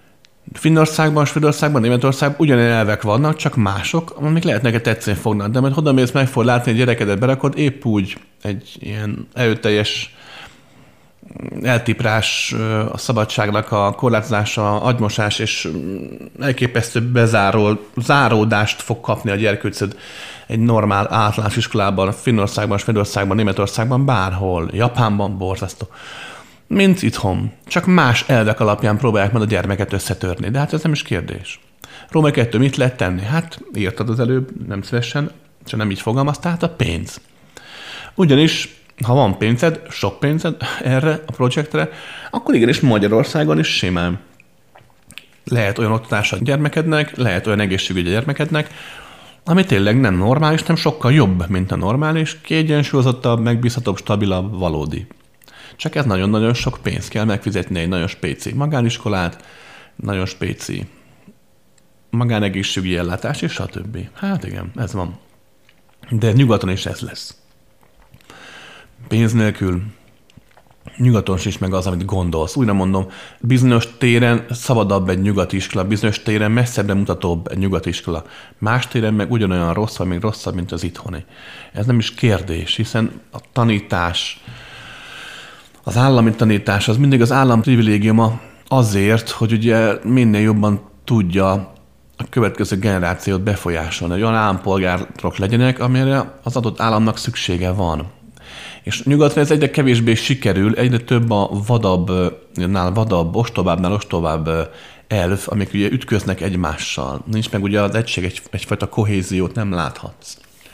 Finnországban, Svédországban, Németországban ugyanilyen elvek vannak, csak mások, amik lehet neked tetszeni fognak. De majd oda mész, meg fogod látni, egy gyerekedet berakod, épp úgy egy ilyen erőteljes eltiprás, a szabadságnak a korlátozása, agymosás és elképesztő bezáró, záródást fog kapni a gyerkőcöd egy normál általános iskolában, Finnországban, Svédországban, Németországban, bárhol, Japánban, borzasztó. Mint itthon. Csak más elvek alapján próbálják majd a gyermeket összetörni. De hát ez nem is kérdés. Római kettő mit lehet tenni? Hát írtad az előbb, nem szívesen, csak nem így fogalmaztál, hát a pénz. Ugyanis, ha van pénzed, sok pénzed erre a projektre, akkor igenis Magyarországon is simán lehet olyan oktatás a gyermekednek, lehet olyan egészségügy a gyermekednek, ami tényleg nem normális, nem sokkal jobb, mint a normális, kiegyensúlyozottabb, megbízhatóbb, stabilabb, valódi. Csak ez nagyon-nagyon sok pénz kell megfizetni egy nagyon spéci magániskolát, nagyon spéci magánegészségügyi ellátás, és stb. Hát igen, ez van. De nyugaton is ez lesz. Pénz nélkül nyugaton sincs meg az, amit gondolsz. Újra mondom, bizonyos téren szabadabb egy nyugati iskola, bizonyos téren messzebbre mutatóbb egy nyugati iskola. Más téren meg ugyanolyan rossz, vagy még rosszabb, mint az itthoni. Ez nem is kérdés, hiszen a tanítás, az állami tanítás az mindig az állam privilégiuma azért, hogy ugye minél jobban tudja a következő generációt befolyásolni, hogy olyan állampolgárok legyenek, amire az adott államnak szüksége van. És nyugaton ez egyre kevésbé sikerül, egyre több a vadabb, nál vadabb, ostobábbnál ostobább elf, amik ugye ütköznek egymással. Nincs meg ugye az egység, egy, egyfajta kohéziót nem láthatsz.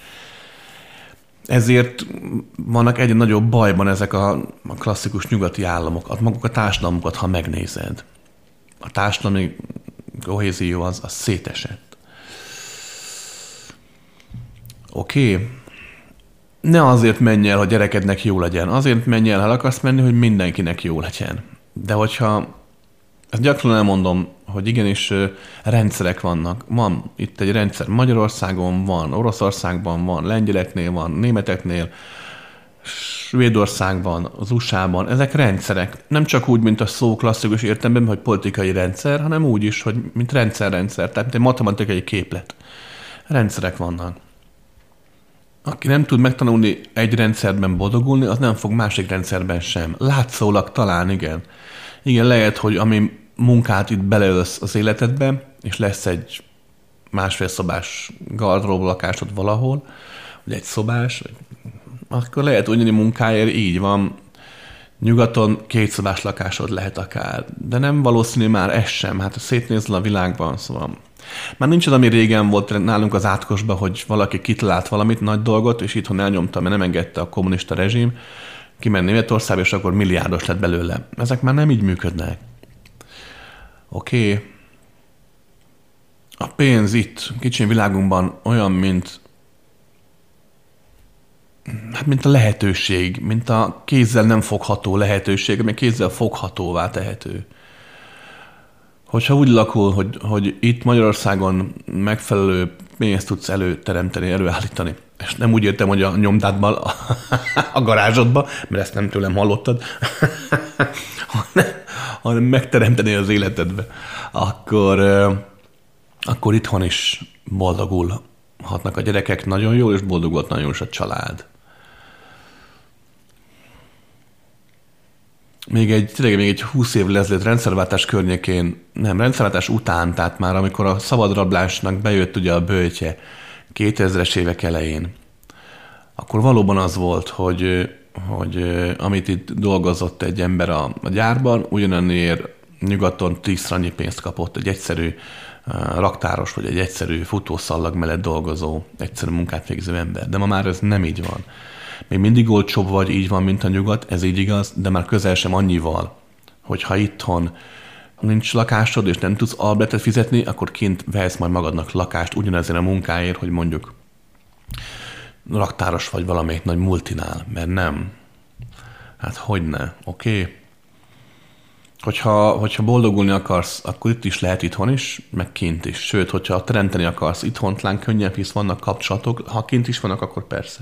Ezért vannak egyre nagyobb bajban ezek a, a klasszikus nyugati államok, maguk a társadalmukat, ha megnézed. A társadalmi kohézió az, az szétesett. Oké. Okay. Ne azért menj el, hogy gyerekednek jó legyen. Azért menj el, ha akarsz menni, hogy mindenkinek jó legyen. De hogyha, ezt gyakran elmondom, hogy igenis rendszerek vannak. Van itt egy rendszer Magyarországon, van Oroszországban, van lengyeleknél, van németeknél, Svédországban, az u es á-ban. Ezek rendszerek. Nem csak úgy, mint a szó klasszikus értelemben, hogy politikai rendszer, hanem úgy is, hogy mint rendszer-rendszer, tehát mint egy matematikai képlet. Rendszerek vannak. Aki nem tud megtanulni egy rendszerben boldogulni, az nem fog másik rendszerben sem. Látszólag talán, igen. Igen, lehet, hogy ami munkát itt beleölsz az életedbe, és lesz egy másfél szobás gardrób lakásod valahol, vagy egy szobás, akkor lehet ugyanilyen munkáért így van. Nyugaton két szobás lakásod lehet akár, de nem valószínű már ez sem. Hát szétnézel a világban, szóval már nincs az, ami régen volt nálunk az átkosban, hogy valaki kitalált valamit, nagy dolgot, és itthon elnyomta, mert nem engedte a kommunista rezsim, kiment Németországba, és akkor milliárdos lett belőle. Ezek már nem így működnek. Oké. Okay. A pénz itt, kicsi világunkban olyan, mint hát mint a lehetőség, mint a kézzel nem fogható lehetőség, ami kézzel foghatóvá tehető. Hogyha úgy lakul, hogy, hogy itt Magyarországon megfelelő pénzt tudsz előteremteni, előállítani, és nem úgy értem, hogy a nyomdádban, a, a garázsodban, mert ezt nem tőlem hallottad, hanem, hanem megteremteni az életedbe, akkor, akkor itthon is boldogulhatnak a gyerekek nagyon jól, és boldogult nagyon is a család. Még egy, tényleg még egy húsz évvel ezelőtt rendszerváltás környékén, nem, rendszerváltás után, tehát már amikor a szabadrablásnak bejött ugye a böjtje kétezres évek elején, akkor valóban az volt, hogy, hogy amit itt dolgozott egy ember a, a gyárban, ugyanannyiért nyugaton tízszer annyi pénzt kapott egy egyszerű raktáros, vagy egy egyszerű futószallag mellett dolgozó, egyszerű munkát végző ember. De ma már ez nem így van. Még mindig olcsóbb vagy, így van, mint a nyugat, ez így igaz, de már közel sem annyival, hogyha itthon nincs lakásod, és nem tudsz albérletet fizetni, akkor kint vehetsz majd magadnak lakást ugyanezért a munkáért, hogy mondjuk raktáros vagy valamelyik nagy multinál, mert nem. Hát hogyne, oké? Okay. Hogyha, hogyha boldogulni akarsz, akkor itt is lehet, itthon is, meg kint is. Sőt, hogyha teremteni akarsz itthon, talán könnyen, hisz vannak kapcsolatok, ha kint is vannak, akkor persze.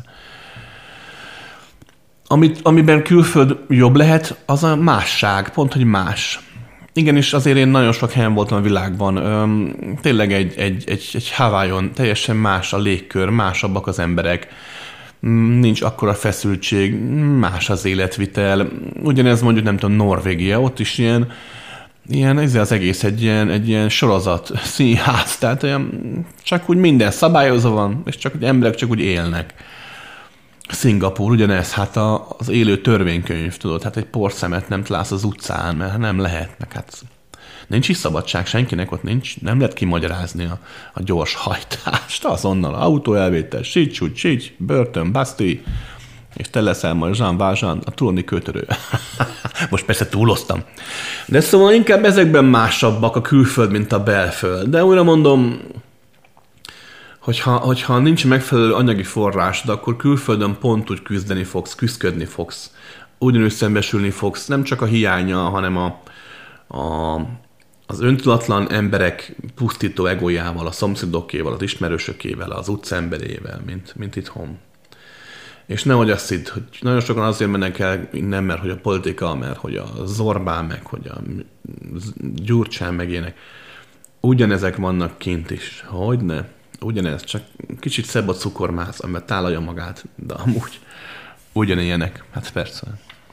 Amit, amiben külföld jobb lehet, az a másság, pont, hogy más. Igen, és azért én nagyon sok helyen voltam a világban. Öm, tényleg egy, egy, egy, egy Hawaiion teljesen más a légkör, másabbak az emberek, nincs akkora feszültség, más az életvitel. Ugyanez mondjuk, nem tudom, Norvégia, ott is ilyen, ilyen ez az egész egy ilyen, egy ilyen sorozat, színház, tehát olyan, csak úgy minden szabályozva van, és csak úgy emberek csak úgy élnek. Szingapúr ugyanez, hát a, az élő törvénykönyv, tudod, hát egy porszemet nem találsz az utcán, mert nem lehet, meg hát nincs is szabadság senkinek, ott nincs, nem lehet kimagyarázni a, a gyors hajtást, azonnal autóelvétel, sícs, úgy, sícs, börtön, baszti, és te leszel majd Jean Valjean, a tróni kötörő. Most persze túloztam. De szóval inkább ezekben másabbak a külföld, mint a belföld. De újra mondom, hogyha, hogyha nincs megfelelő anyagi forrásod, akkor külföldön pont úgy küzdeni fogsz, küzdködni fogsz. Ugyanúgy szembesülni fogsz, nem csak a hiánnyal, hanem a, a, az öntudatlan emberek pusztító egójával, a szomszédokéval, az ismerősökével, az utcaemberével, mint, mint itthon. És nehogy azt hidd, hogy nagyon sokan azért mennek el innen, mert hogy a politika, mert hogy a Zorbán, meg hogy a Gyurcsán, meg ilyenek. Ugyanezek vannak kint is. Hogyne? Ugyanez, csak kicsit szebb a cukormáz, amivel tálalja magát, de amúgy ugyanilyenek. Hát persze.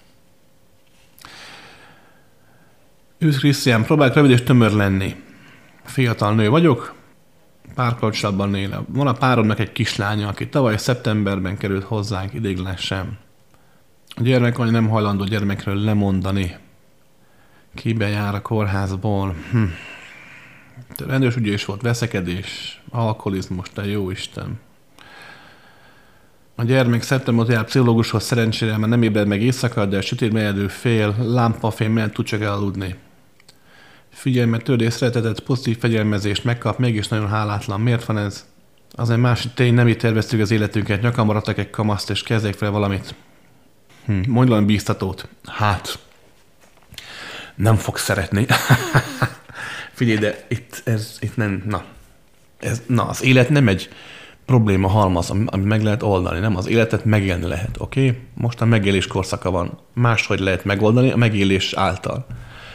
Ősz Krisztián, próbálj rövid és tömör lenni. Fiatal nő vagyok, párkapcsolatban él. Van a párodnak egy kislánya, aki tavaly szeptemberben került hozzánk ideiglenesen. A gyermekanya nem hajlandó gyermekről lemondani. Kibe jár a kórházból. Hm. Rendőrs ügye is volt, veszekedés, alkoholizmus, te jó Isten. A gyermek szeptemberben jár pszichológushoz, szerencsére, mert nem ébred meg éjszaka, de a sötétben eldő fél, lámpafény mellett tud csak elaludni. Figyelmet, tördés, szeretetet, pozitív fegyelmezést megkap, mégis nagyon hálátlan. Miért van ez? Az egy másik tény, nem így terveztük az életünket, nyakam maradtak egy kamaszt, és kezdjék fel valamit. Hm, mondj valami bíztatót. Hát, nem fog szeretni. Figyelj, de itt, ez, itt nem, na. Ez, na, az élet nem egy probléma halmaz, ami, ami meg lehet oldani, nem? Az életet megélni lehet, oké? Okay? Most a megélés korszaka van. Máshogy lehet megoldani a megélés által.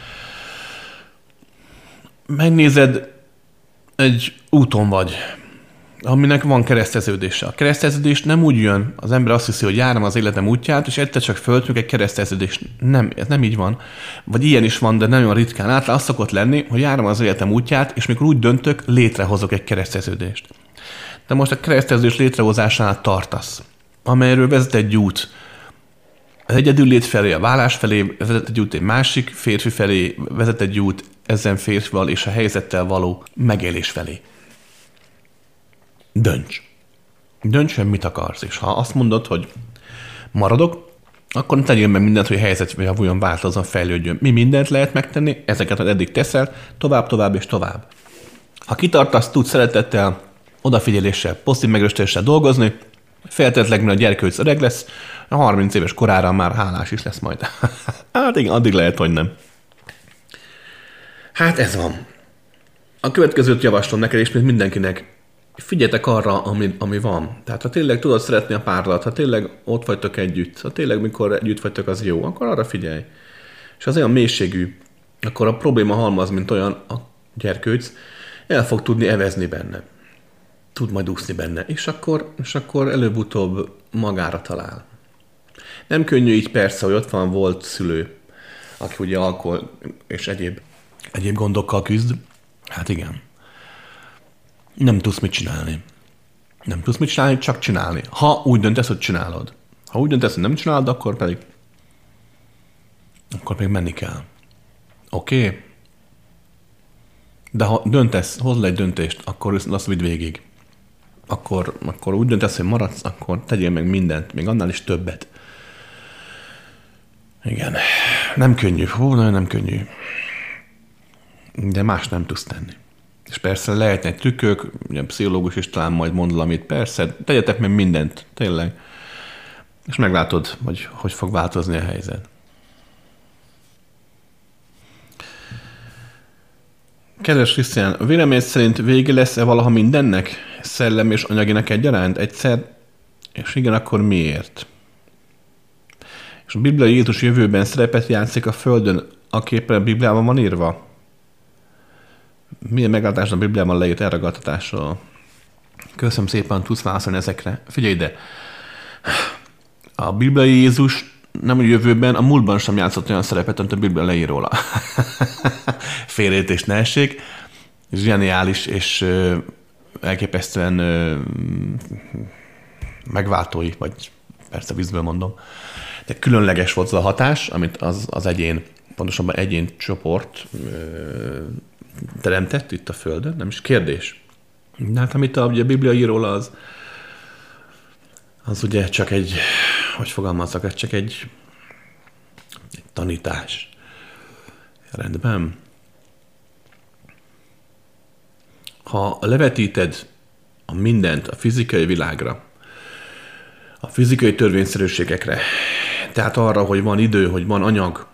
Megnézed, egy úton vagy, aminek van kereszteződése. A kereszteződés nem úgy jön, az ember azt hiszi, hogy járom az életem útját, és egyszer csak föltűnik egy kereszteződés. Nem, ez nem így van. Vagy ilyen is van, de nagyon ritkán. Általában az szokott lenni, hogy járom az életem útját, és mikor úgy döntök, létrehozok egy kereszteződést. De most a kereszteződés létrehozásánál tartasz, amelyről vezet egy út. Az egyedüllét felé, a vállás felé vezet egy út, egy másik férfi felé vezet egy út, ezen férfival és a helyzettel való megélés felé. Dönts. Dönts, hogy mit akarsz. És ha azt mondod, hogy maradok, akkor tegyél meg mindent, hogy a helyzet javuljon, változzon, fejlődjön. Mi mindent lehet megtenni, ezeket az eddig teszel, tovább, tovább és tovább. Ha kitartasz, tudsz szeretettel, odafigyeléssel, pozitív megerősítéssel dolgozni, feltétlenül, mert a gyerkőc öreg lesz, a harminc éves korára már hálás is lesz majd. Hát igen, addig lehet, hogy nem. Hát ez van. A következőt javaslom neked, és mindenkinek. Figyeljetek arra, ami, ami van. Tehát ha tényleg tudod szeretni a párodat, ha tényleg ott vagytok együtt, ha tényleg mikor együtt vagytok, az jó, akkor arra figyelj. És az olyan mélységű, akkor a probléma halmaz, mint olyan a gyerkőc, el fog tudni evezni benne. Tud majd úszni benne. És akkor, és akkor előbb-utóbb magára talál. Nem könnyű így persze, hogy ott van volt szülő, aki ugye alkohol és egyéb, egyéb gondokkal küzd. Hát igen. Nem tudsz mit csinálni. Nem tudsz mit csinálni, csak csinálni. Ha úgy döntesz, hogy csinálod. Ha úgy döntesz, hogy nem csinálod, akkor pedig akkor még menni kell. Oké? Okay? De ha döntesz, hozz le egy döntést, akkor azt vidd végig. Akkor, akkor úgy döntesz, hogy maradsz, akkor tegyél meg mindent, még annál is többet. Igen. Nem könnyű. Hú, nagyon nem könnyű. De más nem tudsz tenni. És persze lehetnek trükkök, ugye pszichológus is talán majd mond valamit, persze, tegyetek meg mindent, tényleg. És meglátod, hogy hogy fog változni a helyzet. Kedves Krisztián, vélemény szerint vége lesz-e valaha mindennek? Szellem és anyaginak egyaránt? Egyszer? És igen, akkor miért? És a bibliai Jézus jövőben szerepet játszik a Földön aki éppen a Bibliában van írva? Milyen meglátás a Bibliában leírt elragadtatásról? Köszönöm szépen, tudsz válaszolni ezekre. Figyelj ide! A bibliai Jézus nem a jövőben, a múltban sem játszott olyan szerepet, amit a Biblia leír róla. Félreértés ne essék. Zseniális és ö, elképesztően ö, megváltói, vagy persze vízből mondom, de különleges volt az a hatás, amit az, az egyén, pontosabban egyén csoport ö, teremtett itt a Földön, nem is kérdés. De hát amit a, ugye a Biblia ír róla, az, az ugye csak egy, hogy fogalmazzak, ez csak egy, egy tanítás. Rendben. Ha levetíted a mindent a fizikai világra, a fizikai törvényszerűségekre, tehát arra, hogy van idő, hogy van anyag,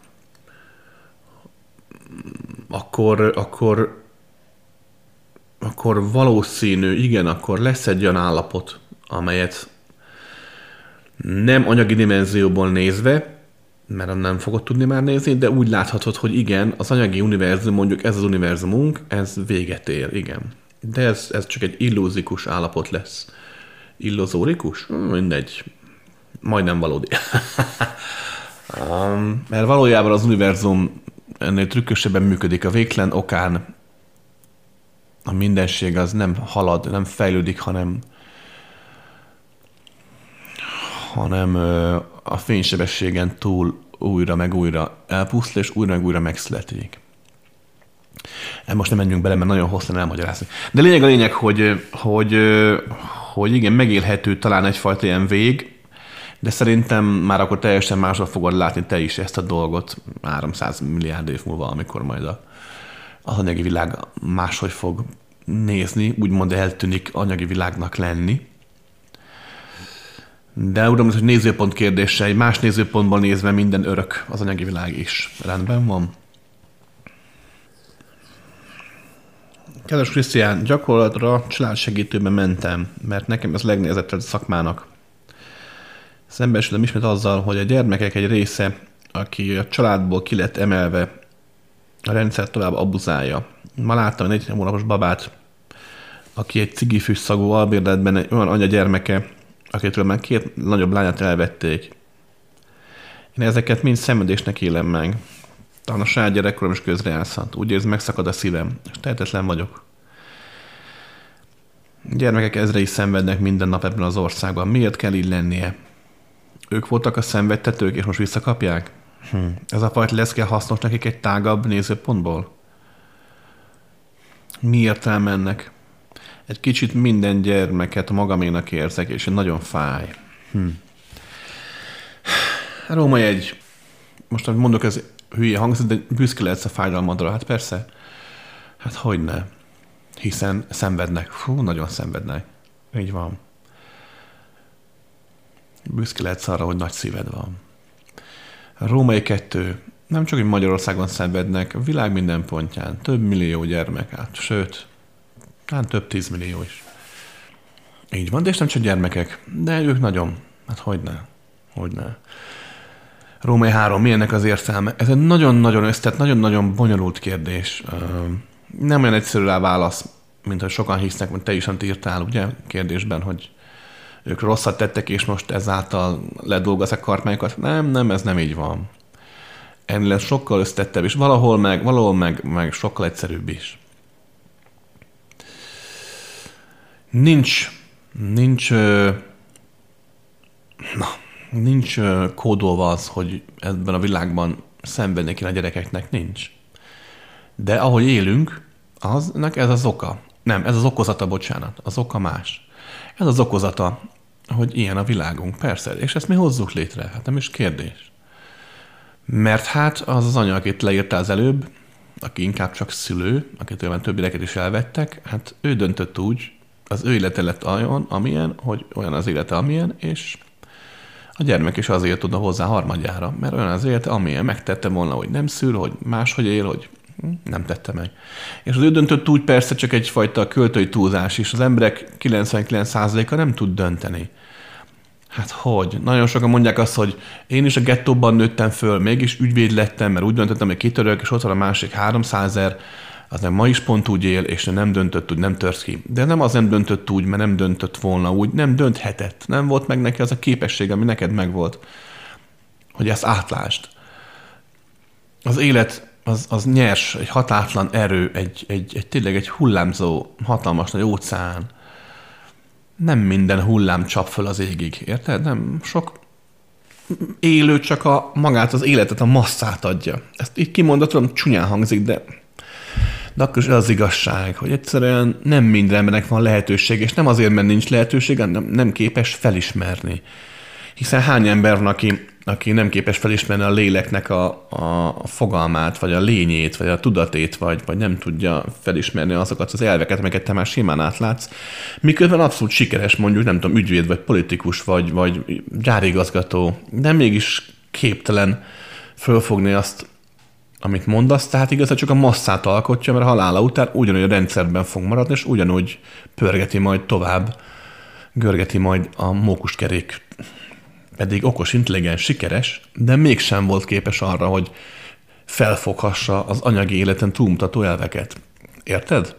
akkor, akkor, akkor valószínű, igen, akkor lesz egy olyan állapot, amelyet nem anyagi dimenzióból nézve, mert nem fogod tudni már nézni, de úgy láthatod, hogy igen, az anyagi univerzum, mondjuk ez az univerzumunk, ez véget ér, igen. De ez, ez csak egy illúzikus állapot lesz. Illuzórikus? Mindegy. Majdnem valódi. um, mert valójában az univerzum ennél trükkösebben működik. A végtelen okán a mindenség az nem halad, nem fejlődik, hanem hanem a fénysebességen túl újra meg újra elpusztul, és újra meg újra megszületik. Most nem menjünk bele, mert nagyon hosszan elmagyarázni. De lényeg a lényeg, hogy, hogy, hogy igen, megélhető talán egyfajta ilyen vég, de szerintem már akkor teljesen másra fogod látni te is ezt a dolgot háromszáz milliárd év múlva, amikor majd a, az anyagi világ máshogy fog nézni, úgymond eltűnik anyagi világnak lenni. De uram, hogy nézőpont kérdése, egy más nézőpontból nézve minden örök az anyagi világ is. Rendben van? Kedves Krisztián, gyakorlatra családsegítőben mentem, mert nekem ez legnehezebb a szakmának. Szembesülöm ismét azzal, hogy a gyermekek egy része, aki a családból ki lett emelve, a rendszer tovább abuzálja. Ma láttam egy négy hónapos babát, aki egy cigifüst szagú albérletben egy olyan anya gyermeke, akitől már két nagyobb lányát elvették. Én ezeket mind szenvedésnek élem meg. Talán a saját gyerekkorom is közrejátszott. Úgy érzi, megszakad a szívem, és tehetetlen vagyok. Gyermekek ezrei szenvednek minden nap ebben az országban. Miért kell így lennie? Ők voltak a szenvedtetők, és most visszakapják? Hm. Ez a fajta lesz kell hasznos nekik egy tágabb nézőpontból? Mi értelme ennek? Egy kicsit minden gyermeket magaménak érzek, és nagyon fáj. Hm. Róma egy. Most, amit mondok, ez hülye hangzik, de büszke lehetsz a fájdalmadra. Hát persze. Hát hogyne. Hiszen szenvednek. Fú, nagyon szenvednek. Így van. Büszke lehetsz arra, hogy nagy szíved van. Római kettő. Nem csak, hogy Magyarországon szenvednek, a világ minden pontján. Több millió gyermek át. Sőt, talán több tízmillió is. Így van, de és nem csak gyermekek, de ők nagyon. Hát hogyne. Hogyne. Római három, mi ennek az értelme? Ez egy nagyon-nagyon összetett, nagyon-nagyon bonyolult kérdés. Nem olyan egyszerű rá válasz, mint hogy sokan hisznek, mint te is, amit írtál, ugye, kérdésben, hogy ők rosszat tettek, és most ezáltal ledolgozzák karmányokat. Nem, nem, ez nem így van. Ennél sokkal összetettebb, és valahol meg, valahol meg, meg sokkal egyszerűbb is. Nincs, nincs, na, nincs kódolva az, hogy ebben a világban szenvedni kéne a gyerekeknek, nincs. De ahogy élünk, aznak ez az oka. Nem, ez az okozata, bocsánat. Az oka más. Ez az okozata, hogy ilyen a világunk, persze. És ezt mi hozzuk létre, hát nem is kérdés. Mert hát az az anya, akit leírtál az előbb, aki inkább csak szülő, akit olyan több gyereket is elvettek, hát ő döntött úgy, az ő élete lett olyan, amilyen, hogy olyan az élete, amilyen, és a gyermek is azért tudna hozzá harmadjára, mert olyan az élete, amilyen megtette volna, hogy nem szül, hogy máshogy él, hogy nem tette meg. És az ő döntött úgy persze csak egyfajta költői túlzás is. Az emberek kilencvenkilenc százaléka nem tud dönteni. Hát hogy? Nagyon sokan mondják azt, hogy én is a gettóban nőttem föl, mégis ügyvéd lettem, mert úgy döntöttem, hogy kitörök, és ott van a másik háromszázezer, az meg ma is pont úgy él, és nem döntött úgy, nem tört ki. De nem az nem döntött úgy, mert nem döntött volna úgy, nem dönthetett. Nem volt meg neki az a képesség, ami neked megvolt, hogy ezt átlásd. Az élet az, az nyers, egy határtlan erő, egy, egy, egy tényleg egy hullámzó, hatalmas nagy óceán. Nem minden hullám csap föl az égig, érted? Nem sok élő csak a magát, az életet, a masszát adja. Ezt így kimondva tudom, csúnyán hangzik, de, de akkor is az igazság, hogy egyszerűen nem minden embernek van lehetőség, és nem azért, mert nincs lehetőség, hanem nem képes felismerni. Hiszen hány ember van, aki, aki nem képes felismerni a léleknek a, a, a fogalmát, vagy a lényét, vagy a tudatét, vagy, vagy nem tudja felismerni azokat az elveket, amelyeket te már simán átlátsz, miközben abszolút sikeres, mondjuk, nem tudom, ügyvéd, vagy politikus, vagy, vagy gyárigazgató, de mégis képtelen fölfogni azt, amit mondasz, tehát igazán csak a masszát alkotja, mert a halála után ugyanúgy a rendszerben fog maradni, és ugyanúgy pörgeti majd tovább, görgeti majd a mókuskerék. Pedig okos, intelligens, sikeres, de mégsem volt képes arra, hogy felfoghassa az anyagi életen túlmutató elveket. Érted?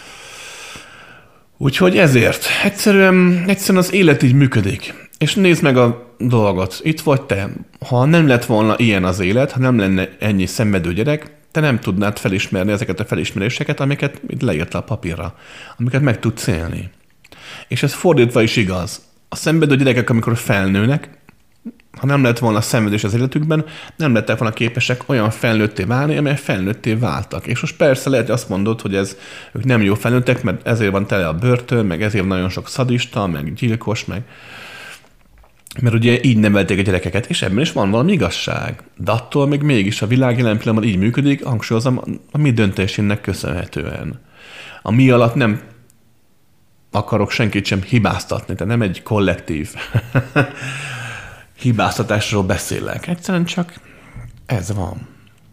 Úgyhogy ezért egyszerűen, egyszerűen az élet így működik. És nézd meg a dolgot. Itt vagy te. Ha nem lett volna ilyen az élet, ha nem lenne ennyi szenvedő gyerek, te nem tudnád felismerni ezeket a felismeréseket, amiket leírtál a papírra, amiket meg tudsz élni. És ez fordítva is igaz. A szenvedő gyerekek, amikor felnőnek, ha nem lett volna szenvedés az életükben, nem lettek volna képesek olyan felnőtté válni, amely felnőtté váltak. És most persze lehet, hogy azt mondod, hogy ez, ők nem jó felnőttek, mert ezért van tele a börtön, meg ezért nagyon sok szadista, meg gyilkos, meg... Mert ugye így nevelték a gyerekeket, és ebben is van valami igazság. De attól még mégis a világ jelen pillanatban így működik, hangsúlyozom, a mi döntésének köszönhetően. A mi alatt nem akarok senkit sem hibáztatni, tehát nem egy kollektív hibáztatásról beszélek. Egyszerűen csak ez van.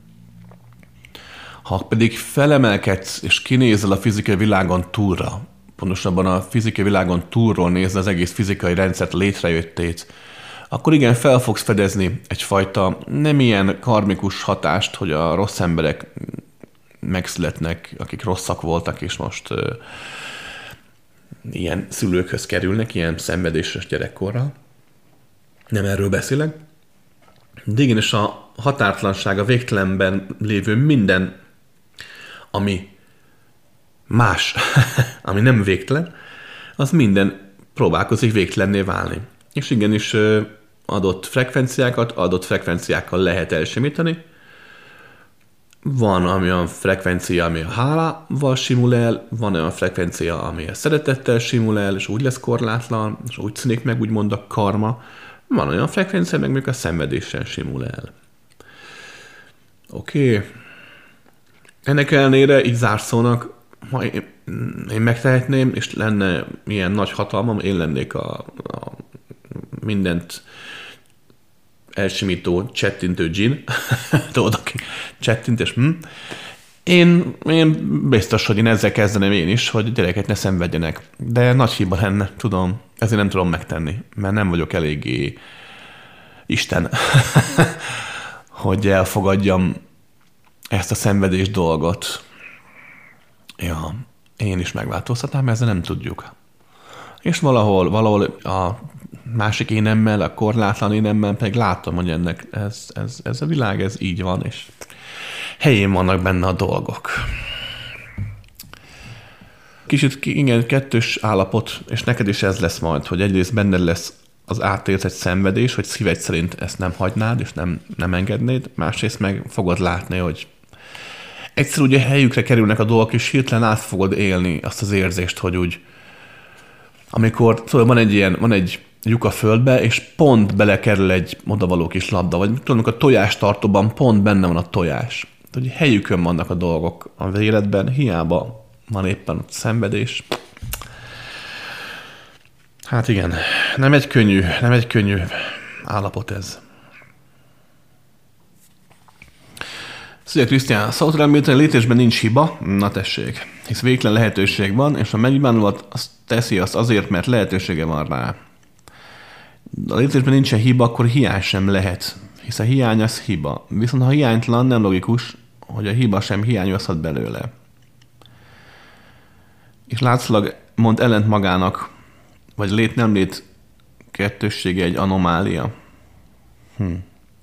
Ha pedig felemelkedsz és kinézel a fizikai világon túlra, pontosabban a fizikai világon túlról nézd az egész fizikai rendszert létrejöttét, akkor igen, fel fogsz fedezni egyfajta nem ilyen karmikus hatást, hogy a rossz emberek megszületnek, akik rosszak voltak, és most uh, ilyen szülőkhöz kerülnek, ilyen szenvedéses gyerekkorral. Nem erről beszélek. De igenis a határtlanság, a végtelenben lévő minden, ami más, ami nem végtelen, az minden próbálkozik végtelenné válni. És igenis adott frekvenciákat, adott frekvenciákkal lehet elsimítani. Van olyan frekvencia, ami a hálával simul el, van olyan frekvencia, ami a szeretettel simul el, és úgy lesz korlátlan, és úgy színik meg, úgymond a karma. Van olyan frekvencia, meg még a szenvedéssel simul el. Oké. Okay. Ennek ellenére így zárszónak, ha én, én megtehetném, és lenne ilyen nagy hatalmam, én lennék a, a mindent elsimító, csettintő dzsin. Tudod, aki csettint, és hm. Én, én biztos, hogy én ezzel kezdeném én is, hogy gyerekek ne szenvedjenek. De nagy hiba lenne, tudom. Ezért nem tudom megtenni, mert nem vagyok eléggé Isten, hogy elfogadjam ezt a szenvedés dolgot. Ja, én is megváltoztatnám, ezzel nem tudjuk. És valahol, valahol a másik énemmel, a korlátlan énemmel pedig látom, hogy ennek ez, ez, ez a világ, ez így van, és helyén vannak benne a dolgok. Kicsit igen, kettős állapot, és neked is ez lesz majd, hogy egyrészt benned lesz az átélt egy szenvedés, hogy szíved szerint ezt nem hagynád, és nem, nem engednéd, másrészt meg fogod látni, hogy egyszer ugye helyükre kerülnek a dolgok, és hirtelen át fogod élni azt az érzést, hogy úgy, amikor tudod, van egy ilyen, van egy lyuk a földbe, és pont belekerül egy odavaló kis labda, vagy tudom, a tojástartóban pont benne van a tojás. Hogy helyükön vannak a dolgok az életben, hiába van éppen ott szenvedés. Hát igen, nem egy könnyű, nem egy könnyű állapot ez. Szia Krisztián, szóval remélhetően létésben nincs hiba, na tessék, hisz végtelen lehetőség van, és a megnyilvánulat azt teszi azt azért, mert lehetősége van rá. a létezésben nincsen hiba, akkor hiány sem lehet. Hiszen hiány az hiba. Viszont ha hiánytalan, nem logikus, hogy a hiba sem hiányozhat belőle. És látszólag mond ellent magának, vagy lét-nem lét kettőssége egy anomália. Hm.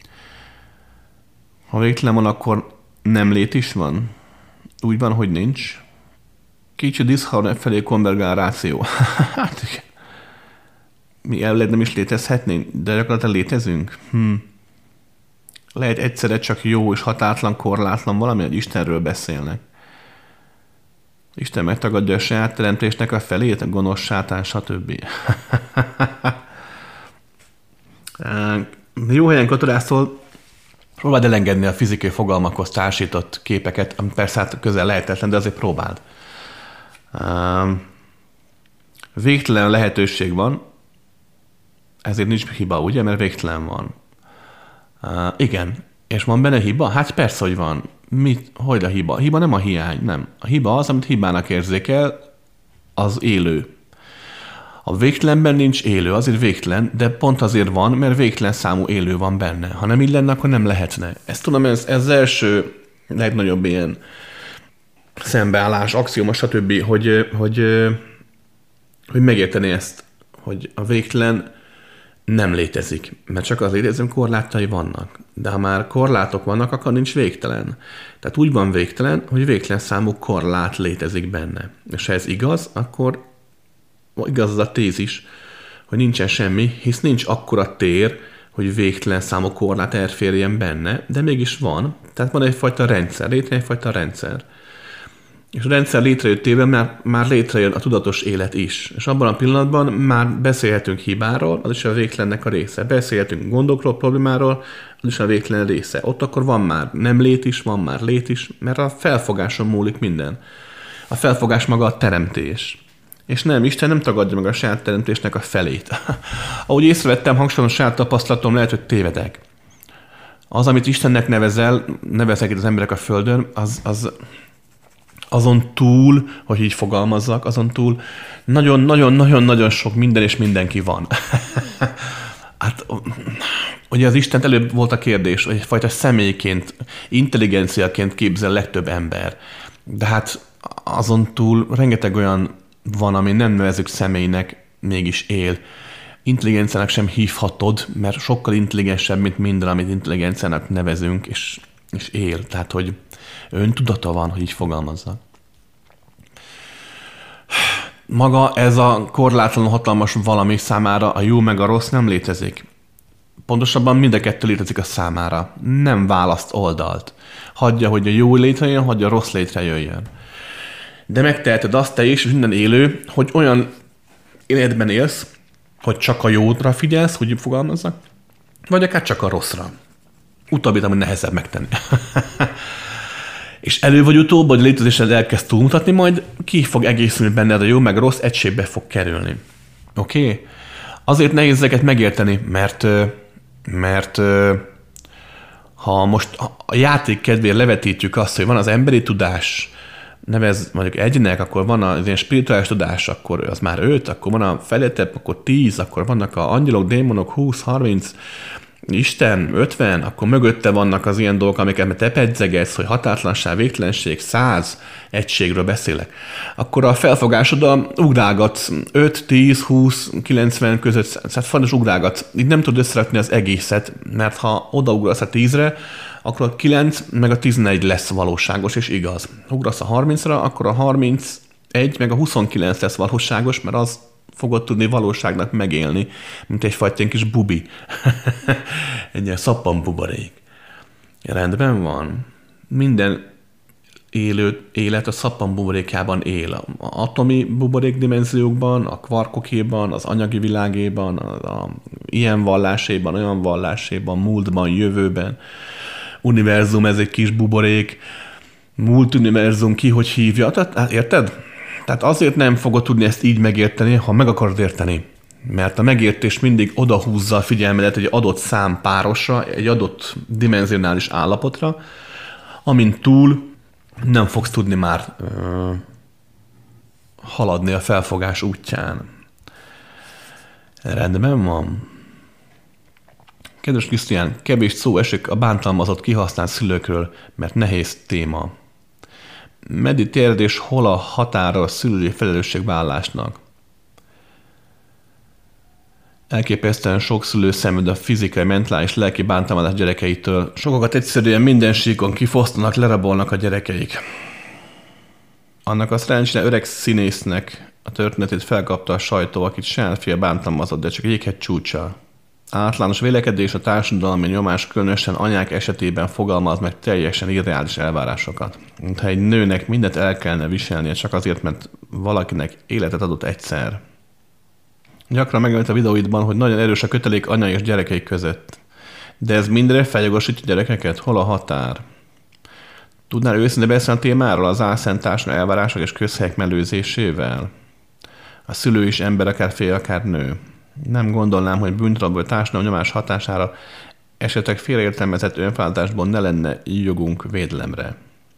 Ha végtelen van, akkor nem lét is van? Úgy van, hogy nincs? Kicsi diszharmónia felé konvergál ráció. Hát igen. Mi elvileg nem is létezhetnénk, de gyakorlatilag létezünk. Hm. Lehet egyszerre csak jó és határtlan, korlátlan valami, hogy Istenről beszélnek. Isten megtagadja a saját teremtésnek a felét, a gonosz sátán, stb. Jó helyen katorászol, próbáld elengedni a fizikai fogalmakhoz társított képeket, ami persze hát közel lehetetlen, de azért próbáld. Végtelen lehetőség van, ezért nincs hiba, ugye? Mert végtelen van. Uh, igen. És van benne hiba? Hát persze, hogy van. Mit? Hogy a hiba? A hiba nem a hiány, nem. A hiba az, amit hibának érzékel, az élő. A végtelenben nincs élő, azért végtelen, de pont azért van, mert végtelen számú élő van benne. Ha nem így lenne, akkor nem lehetne. Ezt tudom, ez, ez az első legnagyobb ilyen szembeállás, axioma, stb., hogy, hogy, hogy megérteni ezt, hogy a végtelen nem létezik, mert csak az létező korlátai vannak. De ha már korlátok vannak, akkor nincs végtelen. Tehát úgy van végtelen, hogy végtelen számú korlát létezik benne. És ha ez igaz, akkor igaz az a tézis, hogy nincsen semmi, hisz nincs akkora tér, hogy végtelen számú korlát elférjen benne, de mégis van. Tehát van egyfajta rendszer, létre egyfajta rendszer. És a rendszer létrejöttében már, már létrejön a tudatos élet is. És abban a pillanatban már beszélhetünk hibáról, az is a végtelennek a része. Beszélhetünk gondokról, problémáról, az is a végtelen része. Ott akkor van már nem lét is, van már lét is, mert a felfogáson múlik minden. A felfogás maga a teremtés. És nem, Isten nem tagadja meg a saját teremtésnek a felét. Ahogy észrevettem, hangsúlyos saját tapasztalatom, lehet, hogy tévedek. Az, amit Istennek nevezel, nevezek itt az emberek a Földön, az... az azon túl, hogy így fogalmazzak, azon túl nagyon-nagyon-nagyon-nagyon sok minden és mindenki van. Hát, ugye az Istent előbb volt a kérdés, hogy egyfajta személyként, intelligenciaként képzel legtöbb ember. De hát azon túl rengeteg olyan van, ami nem nevezük személynek, mégis él. Intelligenciának sem hívhatod, mert sokkal intelligensebb, mint minden, amit intelligenciának nevezünk, és, és él. Tehát, hogy öntudata van, hogy így fogalmazzak. Maga ez a korlátlanul hatalmas valami számára a jó meg a rossz nem létezik. Pontosabban mind a kettő létezik a számára. Nem választ oldalt. Hagyja, hogy a jó létrejön, hagyja a rossz létrejöjjön. De megteheted azt te is, és minden élő, hogy olyan életben élsz, hogy csak a jóra figyelsz, hogy így fogalmazzak, vagy akár csak a rosszra. Utóbbit, ami nehezebb megtenni. És elő vagy utóbb, hogy létezésed elkezd túlmutatni, majd ki fog egészülni benned a jó, meg rossz, egységbe fog kerülni. Oké? Okay? Azért nehéz ezeket megérteni, mert, mert ha most a játék kedvéért levetítjük azt, hogy van az emberi tudás, nevez mondjuk egynek, akkor van az ilyen spirituális tudás, akkor az már öt, akkor van a felettebb, akkor tíz, akkor vannak a angyalok, démonok, húsz, harminc, Isten, ötven, akkor mögötte vannak az ilyen dolgok, amiket te pedzegetsz, hogy határtlanság, végtelenség, száz egységről beszélek. Akkor a felfogásod a ugrálgat öt, tíz, húsz, kilencven között, tehát fontos ugrálgat. Így nem tudod összerakni az egészet, mert ha odaugrasz a tízre, akkor a kilenc meg a tizenegy lesz valóságos és igaz. Ha ugrasz a harmincra, akkor a harmincegy meg a huszonkilenc lesz valóságos, mert az fogod tudni valóságnak megélni, mint egyfajta ilyen kis bubi. Egy ilyen szappanbuborék. Rendben van. Minden élő élet a szappanbuborékjában él. A atomi buborék dimenziókban, a kvarkokéban, az anyagi világében, a, a ilyen valláséban, olyan valláséban, múltban, jövőben. Univerzum, ez egy kis buborék. Múlt univerzum, ki hogy hívja. Tehát, érted? Tehát azért nem fogod tudni ezt így megérteni, ha meg akarod érteni. Mert a megértés mindig odahúzza a figyelmedet egy adott szám párosra, egy adott dimenzionális állapotra, amin túl nem fogsz tudni már ö, haladni a felfogás útján. Rendben van? Kedves Krisztián, kevés szó esik a bántalmazott, kihasznált szülőkről, mert nehéz téma. Meddig terjed és hol a határa a szülői felelősségvállásnak? Elképesztően sok szülő szenved a fizikai, mentális, lelki bántalmazás gyerekeitől. Sokakat egyszerűen minden síkon kifosztanak, lerabolnak a gyerekeik. Annak a szerencsére öreg színésznek a történetét felkapta a sajtó, akit saját fia bántalmazott, de csak jéghegy csúcsa. Általános vélekedés a társadalmi nyomás különösen anyák esetében fogalmaz meg teljesen irreális elvárásokat. Mintha egy nőnek mindent el kellene viselnie csak azért, mert valakinek életet adott egyszer. Gyakran megjelent a videóidban, hogy nagyon erős a kötelék anya és gyerekei között. De ez mindre feljogosítja gyerekeket? Hol a határ? Tudnál őszintén beszélni a témáról az álszentársadalmi elvárások és közhelyek mellőzésével? A szülő is ember, akár férj, akár nő. Nem gondolnám, hogy bűntudatból vagy társadalmi nyomás hatására esetleg félreértelmezett önfelállításból ne lenne jogunk védelemre.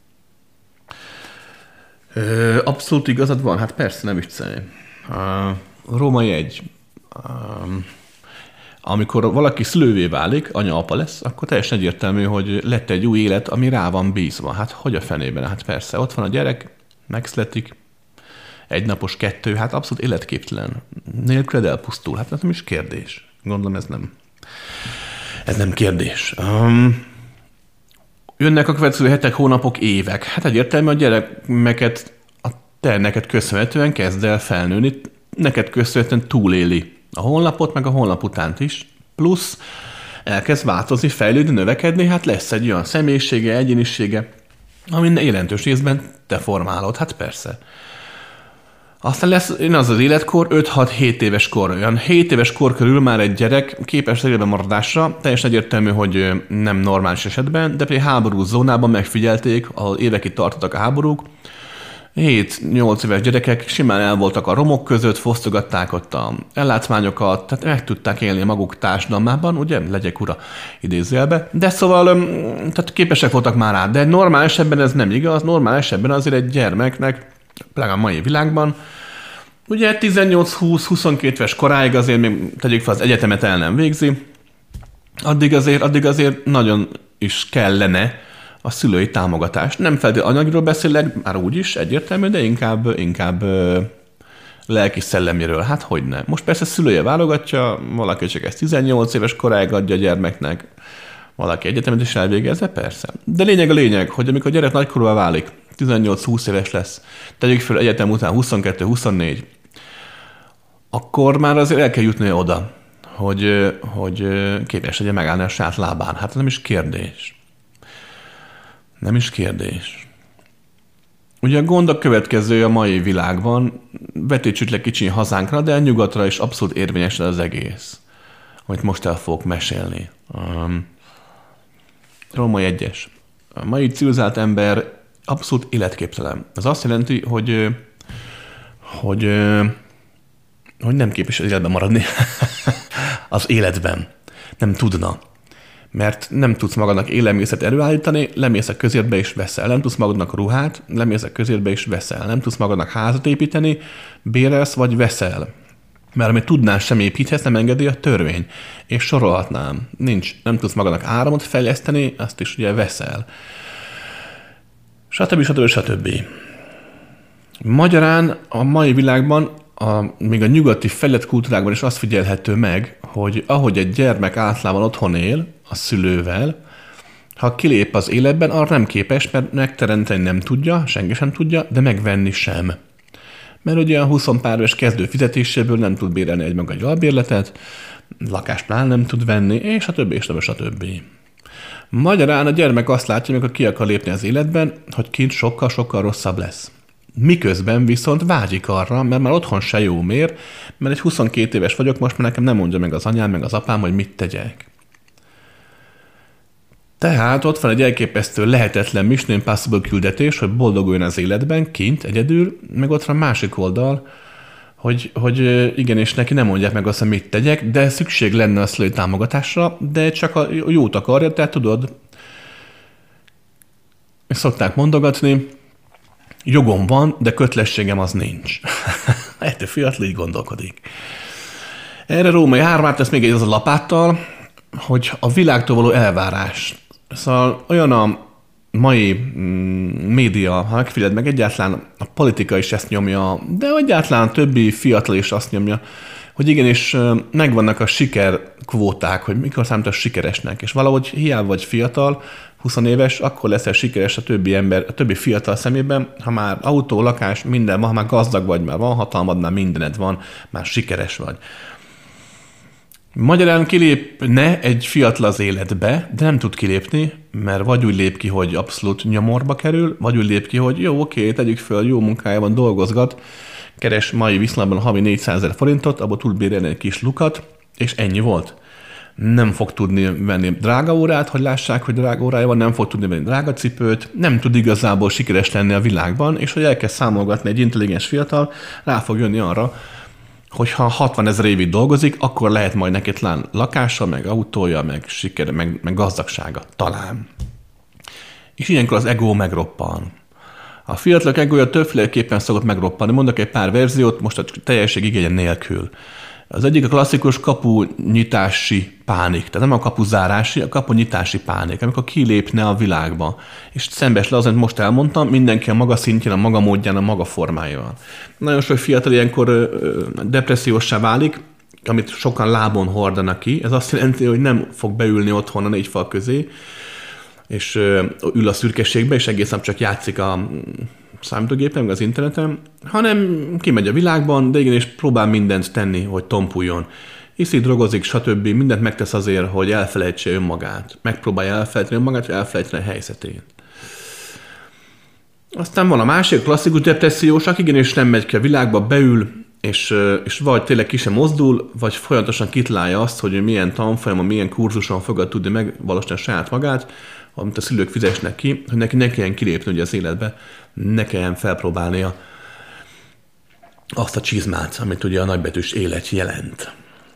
Ö, abszolút igazad van? Hát persze, nem viccelj. Uh, Római egy. Uh, amikor valaki szülővé válik, anya-apa lesz, akkor teljesen egyértelmű, hogy lett egy új élet, ami rá van bízva. Hát hogy a fenében? Hát persze, ott van a gyerek, megszületik, egy napos, kettő, hát abszolút életképtelen. Nélküled elpusztul. Hát ez nem is kérdés. Gondolom ez nem. Ez nem kérdés. Um, jönnek a következő hetek, hónapok, évek. Hát egyértelmű, a gyermeket a te neked köszönhetően kezd el felnőni, neked köszönhetően túléli a honlapot, meg a honlap utánt is. Plusz elkezd változni, fejlődni, növekedni, hát lesz egy olyan személyisége, egyénisége, amin jelentős részben te formálod. Hát persze. Aztán lesz az az életkor, öt-hat-hét éves kor. Olyan hét éves kor körül már egy gyerek képes életben maradásra, teljesen egyértelmű, hogy nem normális esetben, de például háborús zónában megfigyelték, ahol évekig tartottak a háborúk, hét-nyolc éves gyerekek simán el voltak a romok között, fosztogatták ott a ellátmányokat, tehát meg tudták élni a maguk társadalmában, ugye, legyek ura idézőjelbe, de szóval tehát képesek voltak már rá, de egy normál esetben ez nem igaz, normál esetben azért egy gyermeknek, pláne a mai világban, ugye tizennyolc-húsz-huszonkettő éves koráig azért még tegyük fel az egyetemet el nem végzi, addig azért, addig azért nagyon is kellene a szülői támogatás. Nem feltétlenül anyagról beszélek, már úgyis egyértelmű, de inkább, inkább ö, lelki szelleméről. Hát hogyne. Most persze szülője válogatja, valaki csak ezt tizennyolc éves koráig adja a gyermeknek, valaki egyetemet is elvégezze, persze. De lényeg a lényeg, hogy amikor a gyerek nagykorúvá válik, tizennyolc-húsz éves lesz, tegyük fel egyetem után huszonkettő-huszonnégy, akkor már azért el kell jutni oda, hogy, hogy képes legyen megállni a saját lábán. Hát ez nem is kérdés. Nem is kérdés. Ugye a gond a következő a mai világban, vetítsük le kicsi hazánkra, de a nyugatra is abszolút érvényes az egész, amit most el fogok mesélni. Um, Római egyes. A mai civilizált ember abszolút életképtelen. Ez azt jelenti, hogy, hogy, hogy nem képes az életben maradni az életben. Nem tudna. Mert nem tudsz magadnak élelmiszert előállítani, lemész a közértbe és veszel. Nem tudsz magadnak ruhát, lemész a közértbe és veszel. Nem tudsz magadnak házat építeni, bérelsz vagy veszel. Mert amit tudnál sem építhetsz, nem engedi a törvény. És sorolhatnám. Nincs. Nem tudsz magadnak áramot fejleszteni, azt is ugye veszel. Stb. Stb. Stb. Magyarán a mai világban, a, még a nyugati fejlett kultúrákban is azt figyelhető meg, hogy ahogy egy gyermek általában otthon él a szülővel, ha kilép az életben, arra nem képes, mert megteremteni nem tudja, senki sem tudja, de megvenni sem. Mert ugye a húsz pár éves kezdő fizetéséből nem tud bérelni egy maga egy albérletet, lakáspláne nem tud venni, és a többi, és a többi. Magyarán a gyermek azt látja, amikor ki akar lépni az életben, hogy kint sokkal-sokkal rosszabb lesz. Miközben viszont vágyik arra, mert már otthon se jó mér, mert egy huszonkét éves vagyok, most már nekem nem mondja meg az anyám, meg az apám, hogy mit tegyek. Tehát ott van egy elképesztő lehetetlen Mission Impossible küldetés, hogy boldoguljon az életben, kint, egyedül, meg ott van másik oldal, hogy, hogy igenis neki nem mondják meg azt, hogy mit tegyek, de szükség lenne a szülői támogatásra, de csak a jót akarja, tehát tudod, szokták mondogatni, jogom van, de kötelességem az nincs. Ettől fiatal így gondolkodik. Erre Római hármát tesz még egy az a lapáttal, hogy a világtól való elvárás. Szóval olyan a mai mm, média, ha megfigyeld meg, egyáltalán a politika is ezt nyomja, de egyáltalán a többi fiatal is azt nyomja, hogy igenis megvannak a sikerkvóták, hogy mikor számítasz sikeresnek, és valahogy hiába vagy fiatal, húsz éves, akkor leszel sikeres a többi ember, a többi fiatal szemében, ha már autó, lakás, minden van, ha már gazdag vagy, már van hatalmad, már mindened van, már sikeres vagy. Magyarán kilépne egy fiatal az életbe, de nem tud kilépni, mert vagy úgy lép ki, hogy abszolút nyomorba kerül, vagy úgy lép ki, hogy jó, oké, tegyük föl, jó munkájában dolgozgat, keres mai viszonylatban havi négyszázezer forintot, abból tud bérelni egy kis lukat, és ennyi volt. Nem fog tudni venni drága órát, hogy lássák, hogy drága órája van, nem fog tudni venni drága cipőt, nem tud igazából sikeres lenni a világban, és hogy elkezd számolgatni egy intelligens fiatal, rá fog jönni arra, hogyha hatvanezer évig dolgozik, akkor lehet majd neki talán lakása, meg autója, meg sikere, meg, meg gazdagsága. Talán. És ilyenkor az ego megroppan. A fiatalok egója többféleképpen szokott megroppanni. Mondok egy pár verziót, most a teljesség igénye nélkül. Az egyik a klasszikus kapunyitási pánik. Tehát nem a kapuzárási, a kapunyitási pánik, amikor kilépne a világba. És szembes le az, amit most elmondtam, mindenki a maga szintjén, a maga módján, a maga formájával. Nagyon sok fiatal ilyenkor depresszióssá válik, amit sokan lábon hordanak ki. Ez azt jelenti, hogy nem fog beülni otthon a négy fal közé, és ül a szürkeségbe, és egész nap csak játszik a számítógépen, meg az interneten, hanem kimegy a világban, de igenis próbál mindent tenni, hogy tompuljon. Iszik, drogozik, stb. Mindent megtesz azért, hogy elfelejtse önmagát. Megpróbálja elfelejteni önmagát, hogy elfelejteni a helyzetét. Aztán van a másik klasszikus depressziós, aki igenis nem megy ki a világba, beül, és, és vagy tényleg ki sem mozdul, vagy folyamatosan kitalálja azt, hogy milyen tanfolyamon, milyen kurzuson fogad tudni megvalósítani a saját magát, amit a szülők fizesnek ki, hogy neki ne kelljen kilépni ugye az életbe, ne kelljen felpróbálnia azt a csizmát, amit ugye a nagybetűs élet jelent.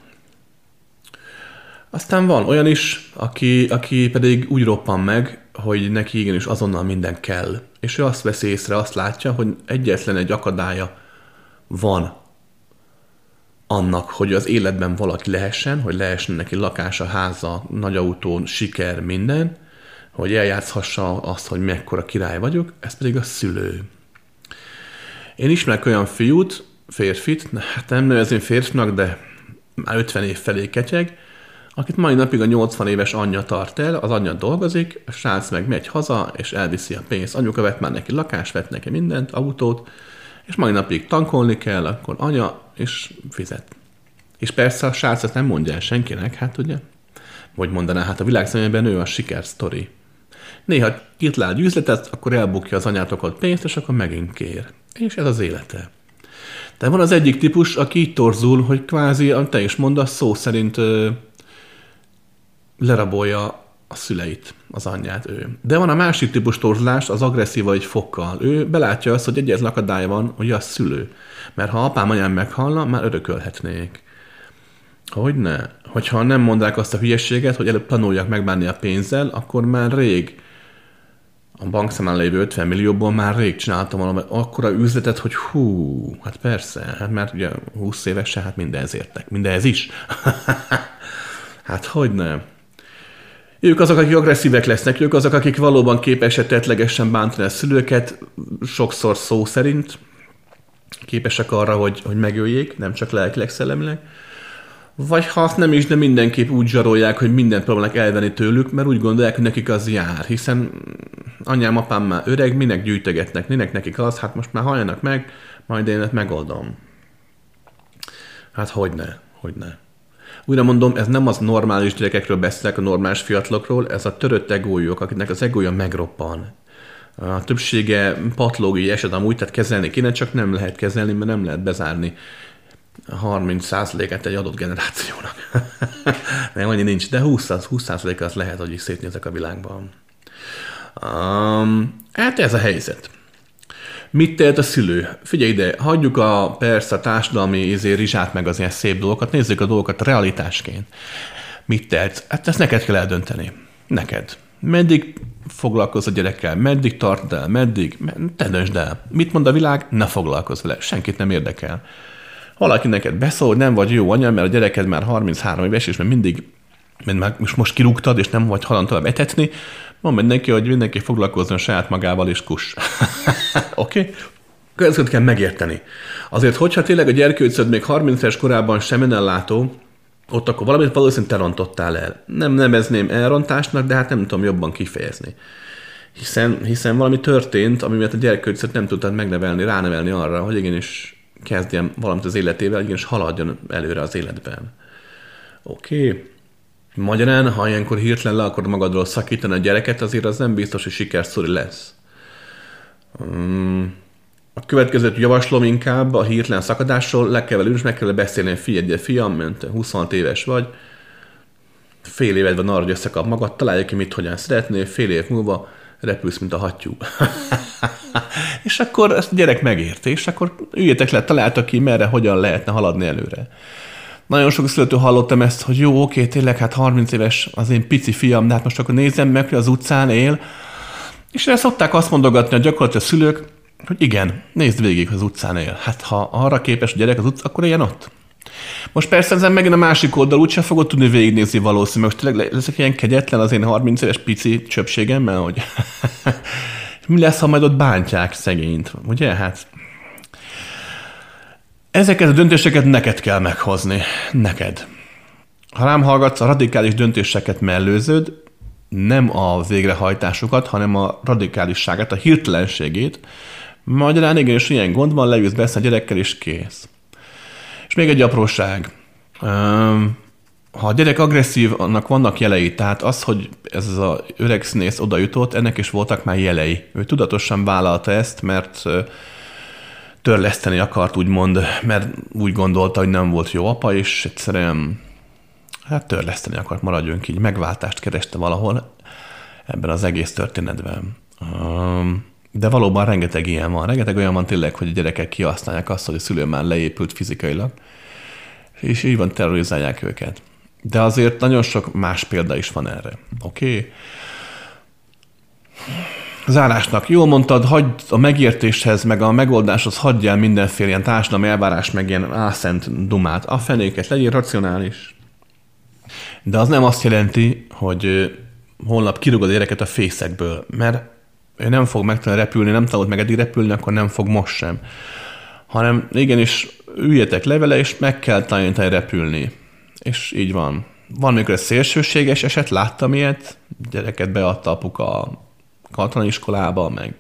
Aztán van olyan is, aki, aki pedig úgy roppan meg, hogy neki igenis azonnal minden kell. És ő azt veszi észre, azt látja, hogy egyetlen egy akadálya van annak, hogy az életben valaki lehessen, hogy lehessen neki lakása, háza, nagy autó, siker, minden, hogy eljátszhassa azt, hogy mekkora király vagyok, ez pedig a szülő. Én ismerek olyan fiút, férfit, hát nem nevezem férfinak, de már ötven év felé ketyeg, akit mai napig a nyolcvan éves anyja tart el, az anyja dolgozik, a srác meg megy haza, és elviszi a pénzt. Anyuka vett már neki lakást, vett neki mindent, autót, és mai napig tankolni kell, akkor anya, és fizet. És persze a srác ezt nem mondja el senkinek, hát ugye? Vagy mondaná, hát a világ szemében ő a sikersztori. Néha kitalál egy üzletet, akkor elbukja az anyátokot pénzt, és akkor megint kér. És ez az élete. De van az egyik típus, aki így torzul, hogy kvázi, te is mondasz, szó szerint ö, lerabolja a szüleit, az anyját ő. De van a másik típus torzulás, az agresszív egy fokkal. Ő belátja azt, hogy egyetlen akadálya van, hogy a szülő. Mert ha apám, anyám meghalna, már örökölhetnék. Hogyne? Hogyha nem mondják azt a hülyességet, hogy előbb tanuljak megbánni a pénzzel, akkor már rég a bankszámlán lévő ötven millióból már rég csináltam valami akkora üzletet, hogy hú, hát persze, hát már ugye húsz évesen, hát mindenhez értek, mindenhez is. Hát hogyne? Ők azok, akik agresszívek lesznek, ők azok, akik valóban képesek tettlegesen bántani a szülőket, sokszor szó szerint, képesek arra, hogy, hogy megöljék, nem csak lelkileg, szellemileg. Vagy ha azt nem is, de mindenképp úgy zsarolják, hogy mindent próbálnak elvenni tőlük, mert úgy gondolják, hogy nekik az jár, hiszen anyám, apám már öreg, minek gyűjtögetnek, minek nekik az, hát most már halljanak meg, majd én ezt megoldom. Hát hogyne, hogyne. Újra mondom, ez nem az normális gyerekekről beszélek, a normális fiatalokról, ez a törött egójuk, akiknek az egója megroppan. A többsége patológiai eset amúgy, tehát kezelni kéne, csak nem lehet kezelni, mert nem lehet bezárni harminc százalékát egy adott generációnak. Nem, annyi nincs, de húsz százalék az lehet, hogy is szétnézek a világban. Um, hát ez a helyzet. Mit tehet a szülő? Figyelj ide, hagyjuk a persze a társadalmi izé, rizsát meg az ilyen szép dolgokat, nézzük a dolgokat realitásként. Mit tehet? Hát ezt neked kell eldönteni. Neked. Meddig foglalkozz a gyerekkel? Meddig tartod el? Meddig? Te döntsd el. Mit mond a világ? Ne foglalkozz vele. Senkit nem érdekel. Valaki neked beszól, hogy nem vagy jó anya, mert a gyereked már harminchárom éves, és mert mindig mert már most kirúgtad, és nem vagy hajlandó tovább etetni, mondd neki, hogy mindenki foglalkozzon saját magával, és kuss. Oké? Okay? Következőt kell megérteni. Azért, hogyha tényleg a gyerkőcöd még harminc éves korában sem ellátó, ott akkor valamit valószínűleg te rontottál el. Nem nevezném elrontásnak, de hát nem tudom jobban kifejezni. Hiszen, hiszen valami történt, ami miatt a gyerkőcöt nem tudtad megnevelni, ránevelni arra, hogy igenis kezdjen valamit az életével, igenis haladjon előre az életben. Oké? Okay. Magyarán, ha ilyenkor hirtelen le akarod magadról szakítani a gyereket, azért az nem biztos, hogy sikersztori lesz. Um, A következőt javaslom inkább a hirtelen szakadásról, le kell velünk, és meg kell beszélni, hogy figyelj, fiam, mint huszonhat éves vagy, fél éved van arra, hogy összekap magad, találj ki, mit hogyan szeretnél, fél év múlva repülsz, mint a hattyú. És akkor ezt a gyerek megérti, és akkor üljetek le, találtak ki, merre, hogyan lehetne haladni előre. Nagyon sok szülőtől hallottam ezt, hogy jó, oké, tényleg, hát harminc éves az én pici fiam, de hát most akkor nézzem meg, hogy az utcán él, és erre szokták azt mondogatni a gyakorlatilag a szülők, hogy igen, nézd végig, az utcán él. Hát ha arra képes a gyerek az utcán, akkor éljen ott. Most persze ezen megint a másik oldal úgyse fogod tudni végignézni valószínűleg. Most tényleg leszek ilyen kegyetlen az én harminc éves pici csöpségemmel, hogy mi lesz, ha majd ott bántják szegényt, ugye? Hát ezeket a döntéseket neked kell meghozni. Neked. Ha rám hallgatsz, a radikális döntéseket mellőzöd, nem a végrehajtásukat, hanem a radikálisságát, a hirtelenségét. Magyarán igenis ilyen gond van, leülsz beszélni a gyerekkel, és kész. És még egy apróság. Ha a gyerek agresszív, annak vannak jelei, tehát az, hogy ez az öreg színész oda jutott, ennek is voltak már jelei. Ő tudatosan vállalta ezt, mert törleszteni akart, úgymond, mert úgy gondolta, hogy nem volt jó apa, és egyszerűen hát törleszteni akart, maradjunk így, megváltást kereste valahol ebben az egész történetben. De valóban rengeteg ilyen van. Rengeteg olyan van tényleg, hogy a gyerekek kihasználják azt, hogy a szülő már leépült fizikailag, és így van, terrorizálják őket. De azért nagyon sok más példa is van erre. Oké? Okay? Zárásnak. Jól mondtad, hagyd a megértéshez, meg a megoldáshoz hagyjál mindenféle ilyen társadalmi elvárás, meg ilyen álszent dumát. A fenéket, legyél racionális. De az nem azt jelenti, hogy holnap kirúgod a gyereket a fészekből, mert ő nem fog megtanulni repülni, nem tanult meg eddig repülni, akkor nem fog most sem. Hanem igenis üljetek le vele, és meg kell tanítani repülni. És így van. Van mikor ez szélsőséges eset, láttam ilyet, gyereket beadta apuka a katonai iskolába, meg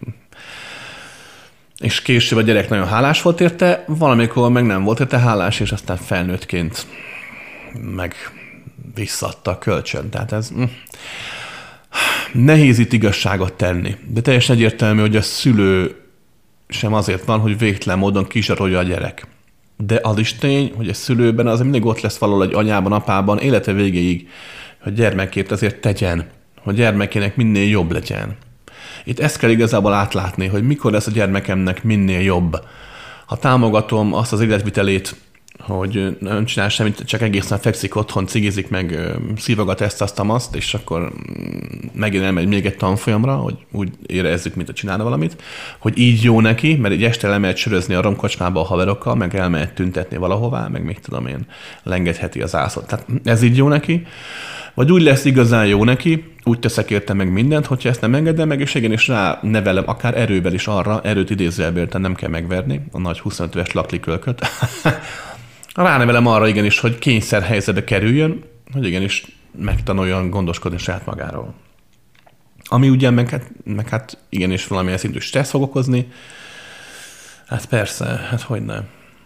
és később a gyerek nagyon hálás volt érte, valamikor meg nem volt érte hálás, és aztán felnőttként meg visszaadta a kölcsön. Tehát ez mm, nehéz itt igazságot tenni. De teljesen egyértelmű, hogy a szülő sem azért van, hogy végtelen módon kisarolja a gyerek. De az is tény, hogy a szülőben az mindig ott lesz valahol egy anyában, apában, élete végéig, hogy gyermekért azért tegyen, hogy gyermekének minél jobb legyen. Itt ezt kell igazából átlátni, hogy mikor lesz a gyermekemnek minél jobb. Ha támogatom azt az életvitelét, hogy nem csinál semmit, csak egészen fekszik otthon, cigizik, meg szívogat ezt, azt, azt, és akkor megint elmegy még egy tanfolyamra, hogy úgy érezzük, mint a csinálna valamit, hogy így jó neki, mert egy este elmehet sörözni a romkocsmába a haverokkal, meg elmehet tüntetni valahová, meg még tudom én, lengetheti az ászot. Tehát ez így jó neki. Vagy úgy lesz igazán jó neki, úgy teszek érte meg mindent, hogyha ezt nem engedem meg, és igenis rá nevelem, akár erővel is arra, erőt idézőjelből, tehát nem kell megverni a nagy huszonöt éves laklikölköt. Ránevelem arra igenis, hogy kényszer helyzetbe kerüljön, hogy igenis megtanuljon gondoskodni saját magáról. Ami ugye meg hát, meg hát igenis valamilyen szintű stressz fog okozni, hát persze, hát hogy nem.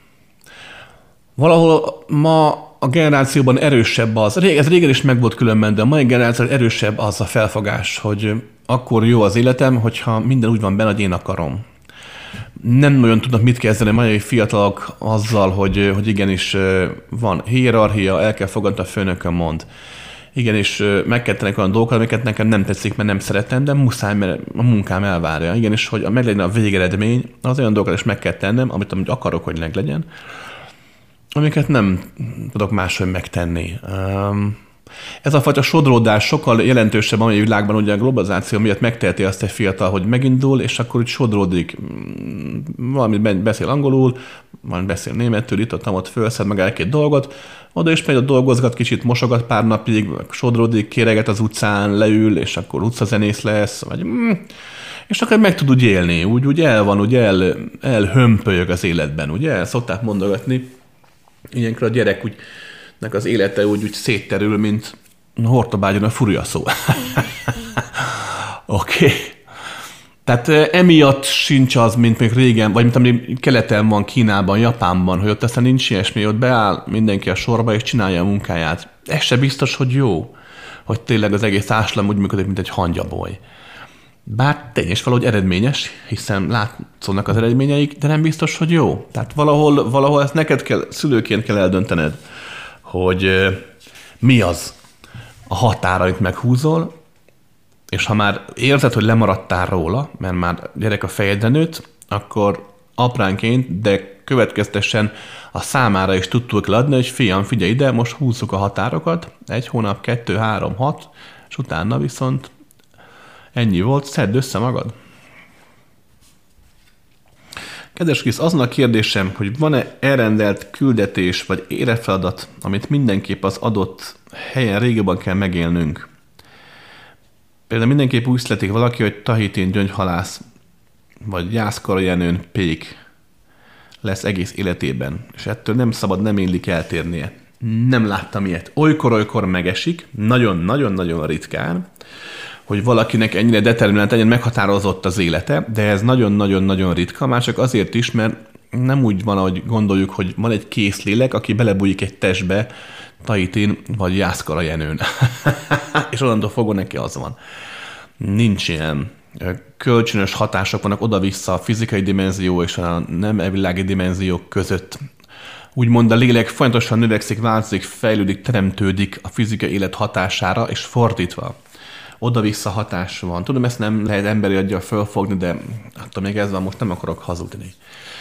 Valahol ma a generációban erősebb az, ez régen is meg volt különben, de a mai generációban erősebb az a felfogás, hogy akkor jó az életem, hogyha minden úgy van benne, hogy én akarom. Nem nagyon tudnak mit kezdeni a mai fiatalok azzal, hogy, hogy igenis van hierarchia, el kell fogadni, a főnökön mond. Igenis meg kell tenni olyan dolgokat, amiket nekem nem tetszik, mert nem szeretem, de muszáj, mert a munkám elvárja. Igenis, hogy meglegyen a végeredmény, az olyan dolgokat is meg kell tennem, amit, amit akarok, hogy meglegyen, amiket nem tudok máshogy megtenni. Um, Ez a fajta sodródás sokkal jelentősebb a mai világban, ugye a globalizáció miatt megteheti azt egy fiatal, hogy megindul, és akkor úgy sodródik. Valamit beszél angolul, van beszél németül, itt ott, ott fölszed meg egy-két dolgot, oda is megy, ott dolgozgat, kicsit mosogat pár napig, sodródik, kéreget az utcán, leül, és akkor utcazenész lesz, vagy... Mm, és akkor meg tud úgy élni, úgy, úgy el van, úgy el, elhömpölyög az életben, ugye? El szokták mondogatni. Ilyenkor a gyerek úgy, nek az élete úgy, úgy szétterül, mint Hortobágyon a furiaszó. Oké. Okay. Tehát emiatt sincs az, mint még régen, vagy mint ami keleten van, Kínában, Japánban, hogy ott aztán nincs ilyesmi, ott beáll mindenki a sorba, és csinálja a munkáját. Ez se biztos, hogy jó, hogy tényleg az egész társadalom úgy működik, mint egy hangyaboly. Bár tény és valahogy eredményes, hiszen látszódnak az eredményeik, de nem biztos, hogy jó. Tehát valahol, valahol ezt neked kell, szülőként kell eldöntened, hogy mi az a határ, amit meghúzol, és ha már érzed, hogy lemaradtál róla, mert már gyerek a fejedre nőtt, akkor apránként, de következtesen a számára is tudtuk adni, hogy fiam, figyelj ide, most húzzuk a határokat, egy hónap, kettő, három, hat, és utána viszont ennyi volt, szedd össze magad. Kedves Krisz, azon a kérdésem, hogy van-e elrendelt küldetés vagy érefeladat, amit mindenképp az adott helyen régebben kell megélnünk. Például mindenképp úgy születik valaki, hogy Tahitin gyöngyhalász, vagy Jászkara Jenőn pék lesz egész életében, és ettől nem szabad, nem illik eltérnie. Nem láttam ilyet. Olykor-olykor megesik, nagyon-nagyon-nagyon ritkán, hogy valakinek ennyire determinált, ennyire meghatározott az élete, de ez nagyon-nagyon-nagyon ritka, már csak azért is, mert nem úgy van, ahogy gondoljuk, hogy van egy kész lélek, aki belebújik egy testbe, Tahitin vagy Jászkara Jenőn. És onnantól fogva neki az van. Nincs ilyen. Kölcsönös hatások vannak oda-vissza a fizikai dimenzió és a nem evilági dimenziók között. Úgymond a lélek folyamatosan növekszik, változik, fejlődik, teremtődik a fizikai élet hatására, és fordítva. Oda-vissza hatás van. Tudom, ezt nem lehet emberi aggyal fölfogni, de attól még ez van, most nem akarok hazudni.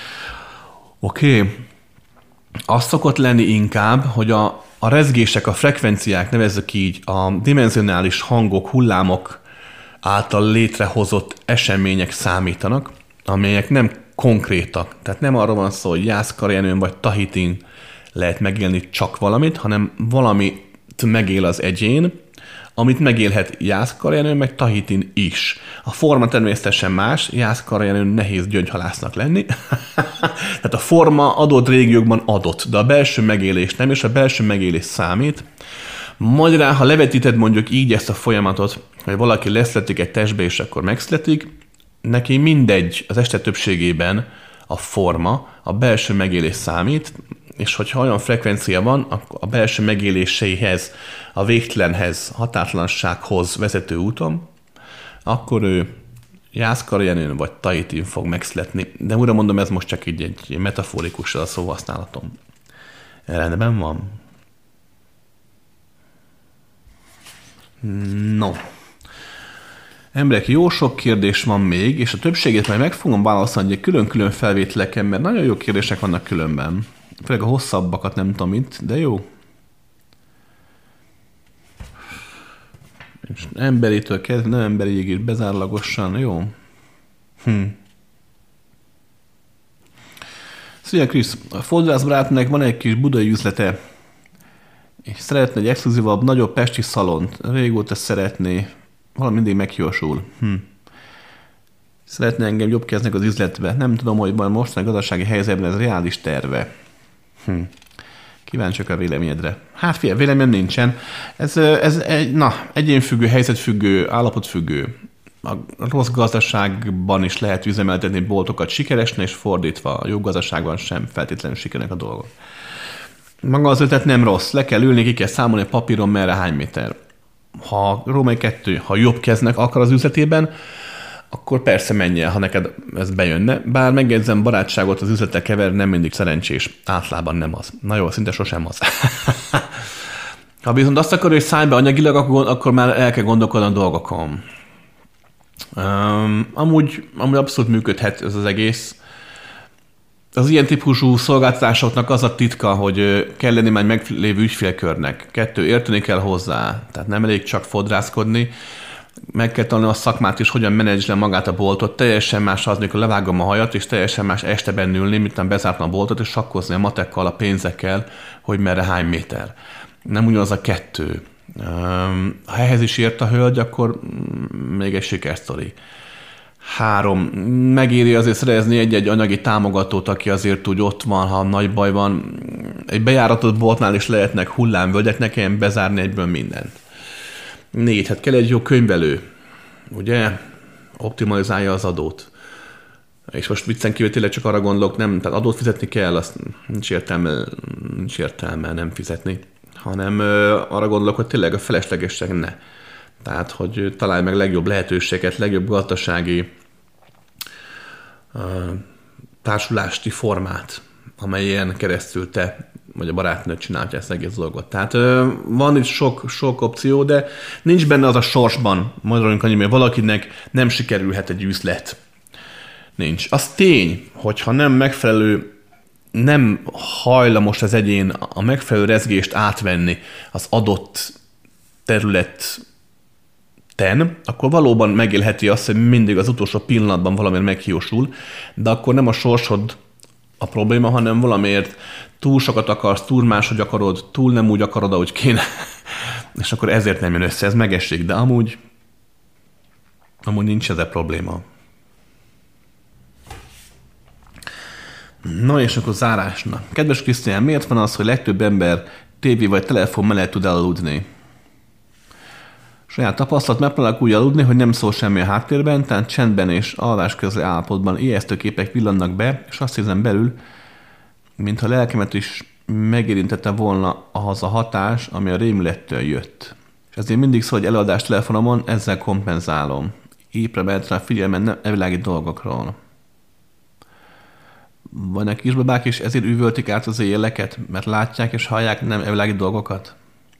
Oké. Okay. Az szokott lenni inkább, hogy a, a rezgések, a frekvenciák, nevezzük így, a dimenzionális hangok, hullámok által létrehozott események számítanak, amelyek nem konkrétak. Tehát nem arról van szó, hogy Jászkara Jenőn vagy Tahitin lehet megélni csak valamit, hanem valamit megél az egyén, amit megélhet Jászkara Jenőn, meg Tahitin is. A forma természetesen más, Jászkara Jenőn nehéz gyöngyhalásznak lenni. Tehát a forma adott régiókban adott, de a belső megélés nem, és a belső megélés számít. Magyarán, ha levetíted mondjuk így ezt a folyamatot, hogy valaki leszletik egy testbe, és akkor megszletik, neki mindegy az este többségében a forma, a belső megélés számít, és hogyha olyan frekvencia van, akkor a belső megéléseihez, a végtelenhez, határtlansághoz vezető úton, akkor ő Jászkara Jenőn vagy Tahitin fog megszületni. De újra mondom, ez most csak így egy metaforikus a szóhasználatom. Rendben van. No. Emberek, jó sok kérdés van még, és a többségét majd meg fogom válaszolni egy külön-külön felvételeken, mert nagyon jó kérdések vannak különben. Főleg a hosszabbakat nem tudom itt, de jó. És emberitől kezdve, nem emberiig is bezárlagosan, jó. Hm. Szia Krisz, a fodrász barátnak van egy kis budai üzlete, és szeretne egy exkluzívabb, nagyobb pesti szalont. Régóta szeretné, valami mindig megjósul. Hm. Szeretne engem jobb kezdnek az üzletbe. Nem tudom, hogy majd most a gazdasági helyzetben ez reális terve. Hm. Kíváncsiak a véleményedre. Hát figyelj, véleményem nincsen. Ez, ez egy, na, egyénfüggő, helyzetfüggő, állapotfüggő. A rossz gazdaságban is lehet üzemeltetni boltokat sikeresen, és fordítva a jó gazdaságban sem feltétlenül sikernek a dolgok. Maga az ötlet nem rossz. Le kell ülni, ki kell számolni a papíron, merre hány méter. Ha Római kettő, ha jobb kezdnek akar az üzletében, akkor persze menj el, ha neked ez bejönne. Bár megjegyzem, barátságot az üzlettel keverni nem mindig szerencsés. Általában nem az. Na jó, szinte sosem az. Ha viszont azt akarod, hogy szállj be anyagilag, akkor, akkor már el kell gondolkodni a dolgokon. Um, amúgy, amúgy abszolút működhet ez az egész. az ilyen típusú szolgáltatásoknak az a titka, hogy kell lenni már meglévő ügyfélkörnek. Kettő, érteni kell hozzá, tehát nem elég csak fodrászkodni, meg kell tanulni a szakmát is, hogyan menedzselem magát a boltot. Teljesen más az, amikor levágom a hajat, és teljesen más este bennülni, mint nem bezártam a boltot, és sakkozni a matekkal, a pénzekkel, hogy merre hány méter. Nem ugyanaz a kettő. Ha ehhez is ért a hölgy, akkor még egy sikersztori. Három, megéri azért szerezni egy-egy anyagi támogatót, aki azért úgy ott van, ha nagy baj van. Egy bejáratott boltnál is lehetnek hullámvölgyek, ne kelljen bezárni egyből mindent. Négy, hát kell egy jó könyvelő, ugye? Optimalizálja az adót. És most viccen kívül tényleg csak arra gondolok, nem, tehát adót fizetni kell, azt nincs értelme, nincs értelme nem fizetni, hanem arra gondolok, hogy tényleg a feleslegesek ne. Tehát, hogy találj meg legjobb lehetőséget, legjobb gazdasági uh, társulási formát, amelyen keresztül te vagy a barátnőt csinálja ezt egész dolgot. Tehát uh, van itt sok, sok opció, de nincs benne az a sorsban, magyarul annyi, mert valakinek nem sikerülhet egy üzlet. Nincs. Az tény, hogyha nem megfelelő, nem hajlamos az egyén a megfelelő rezgést átvenni az adott terület ten, akkor valóban megélheti azt, hogy mindig az utolsó pillanatban valamiért meghiúsul, de akkor nem a sorsod a probléma, hanem valamiért túl sokat akarsz, túl máshogy akarod, túl nem úgy akarod, ahogy kéne, és akkor ezért nem jön össze, ez megesik, de amúgy, amúgy nincs ez a probléma. Na és akkor zárásna. Kedves Krisztián, miért van az, hogy legtöbb ember tévé vagy telefon mellett tud elaludni? Saját tapasztalat, megpróbálok úgy aludni, hogy nem szól semmi a háttérben, tehát csendben és alvás közeli állapotban ijesztő képek villannak be, és azt hiszem belül, mintha a lelkemet is megérintette volna az a hatás, ami a rémülettől jött. És ezért mindig szól egy előadás telefonomon, ezzel kompenzálom. Épre mehet rá figyelmen nem evilági dolgokról. Vannak kisbabák is ezért üvöltik át az éjjeleket, mert látják és hallják nem evilági dolgokat?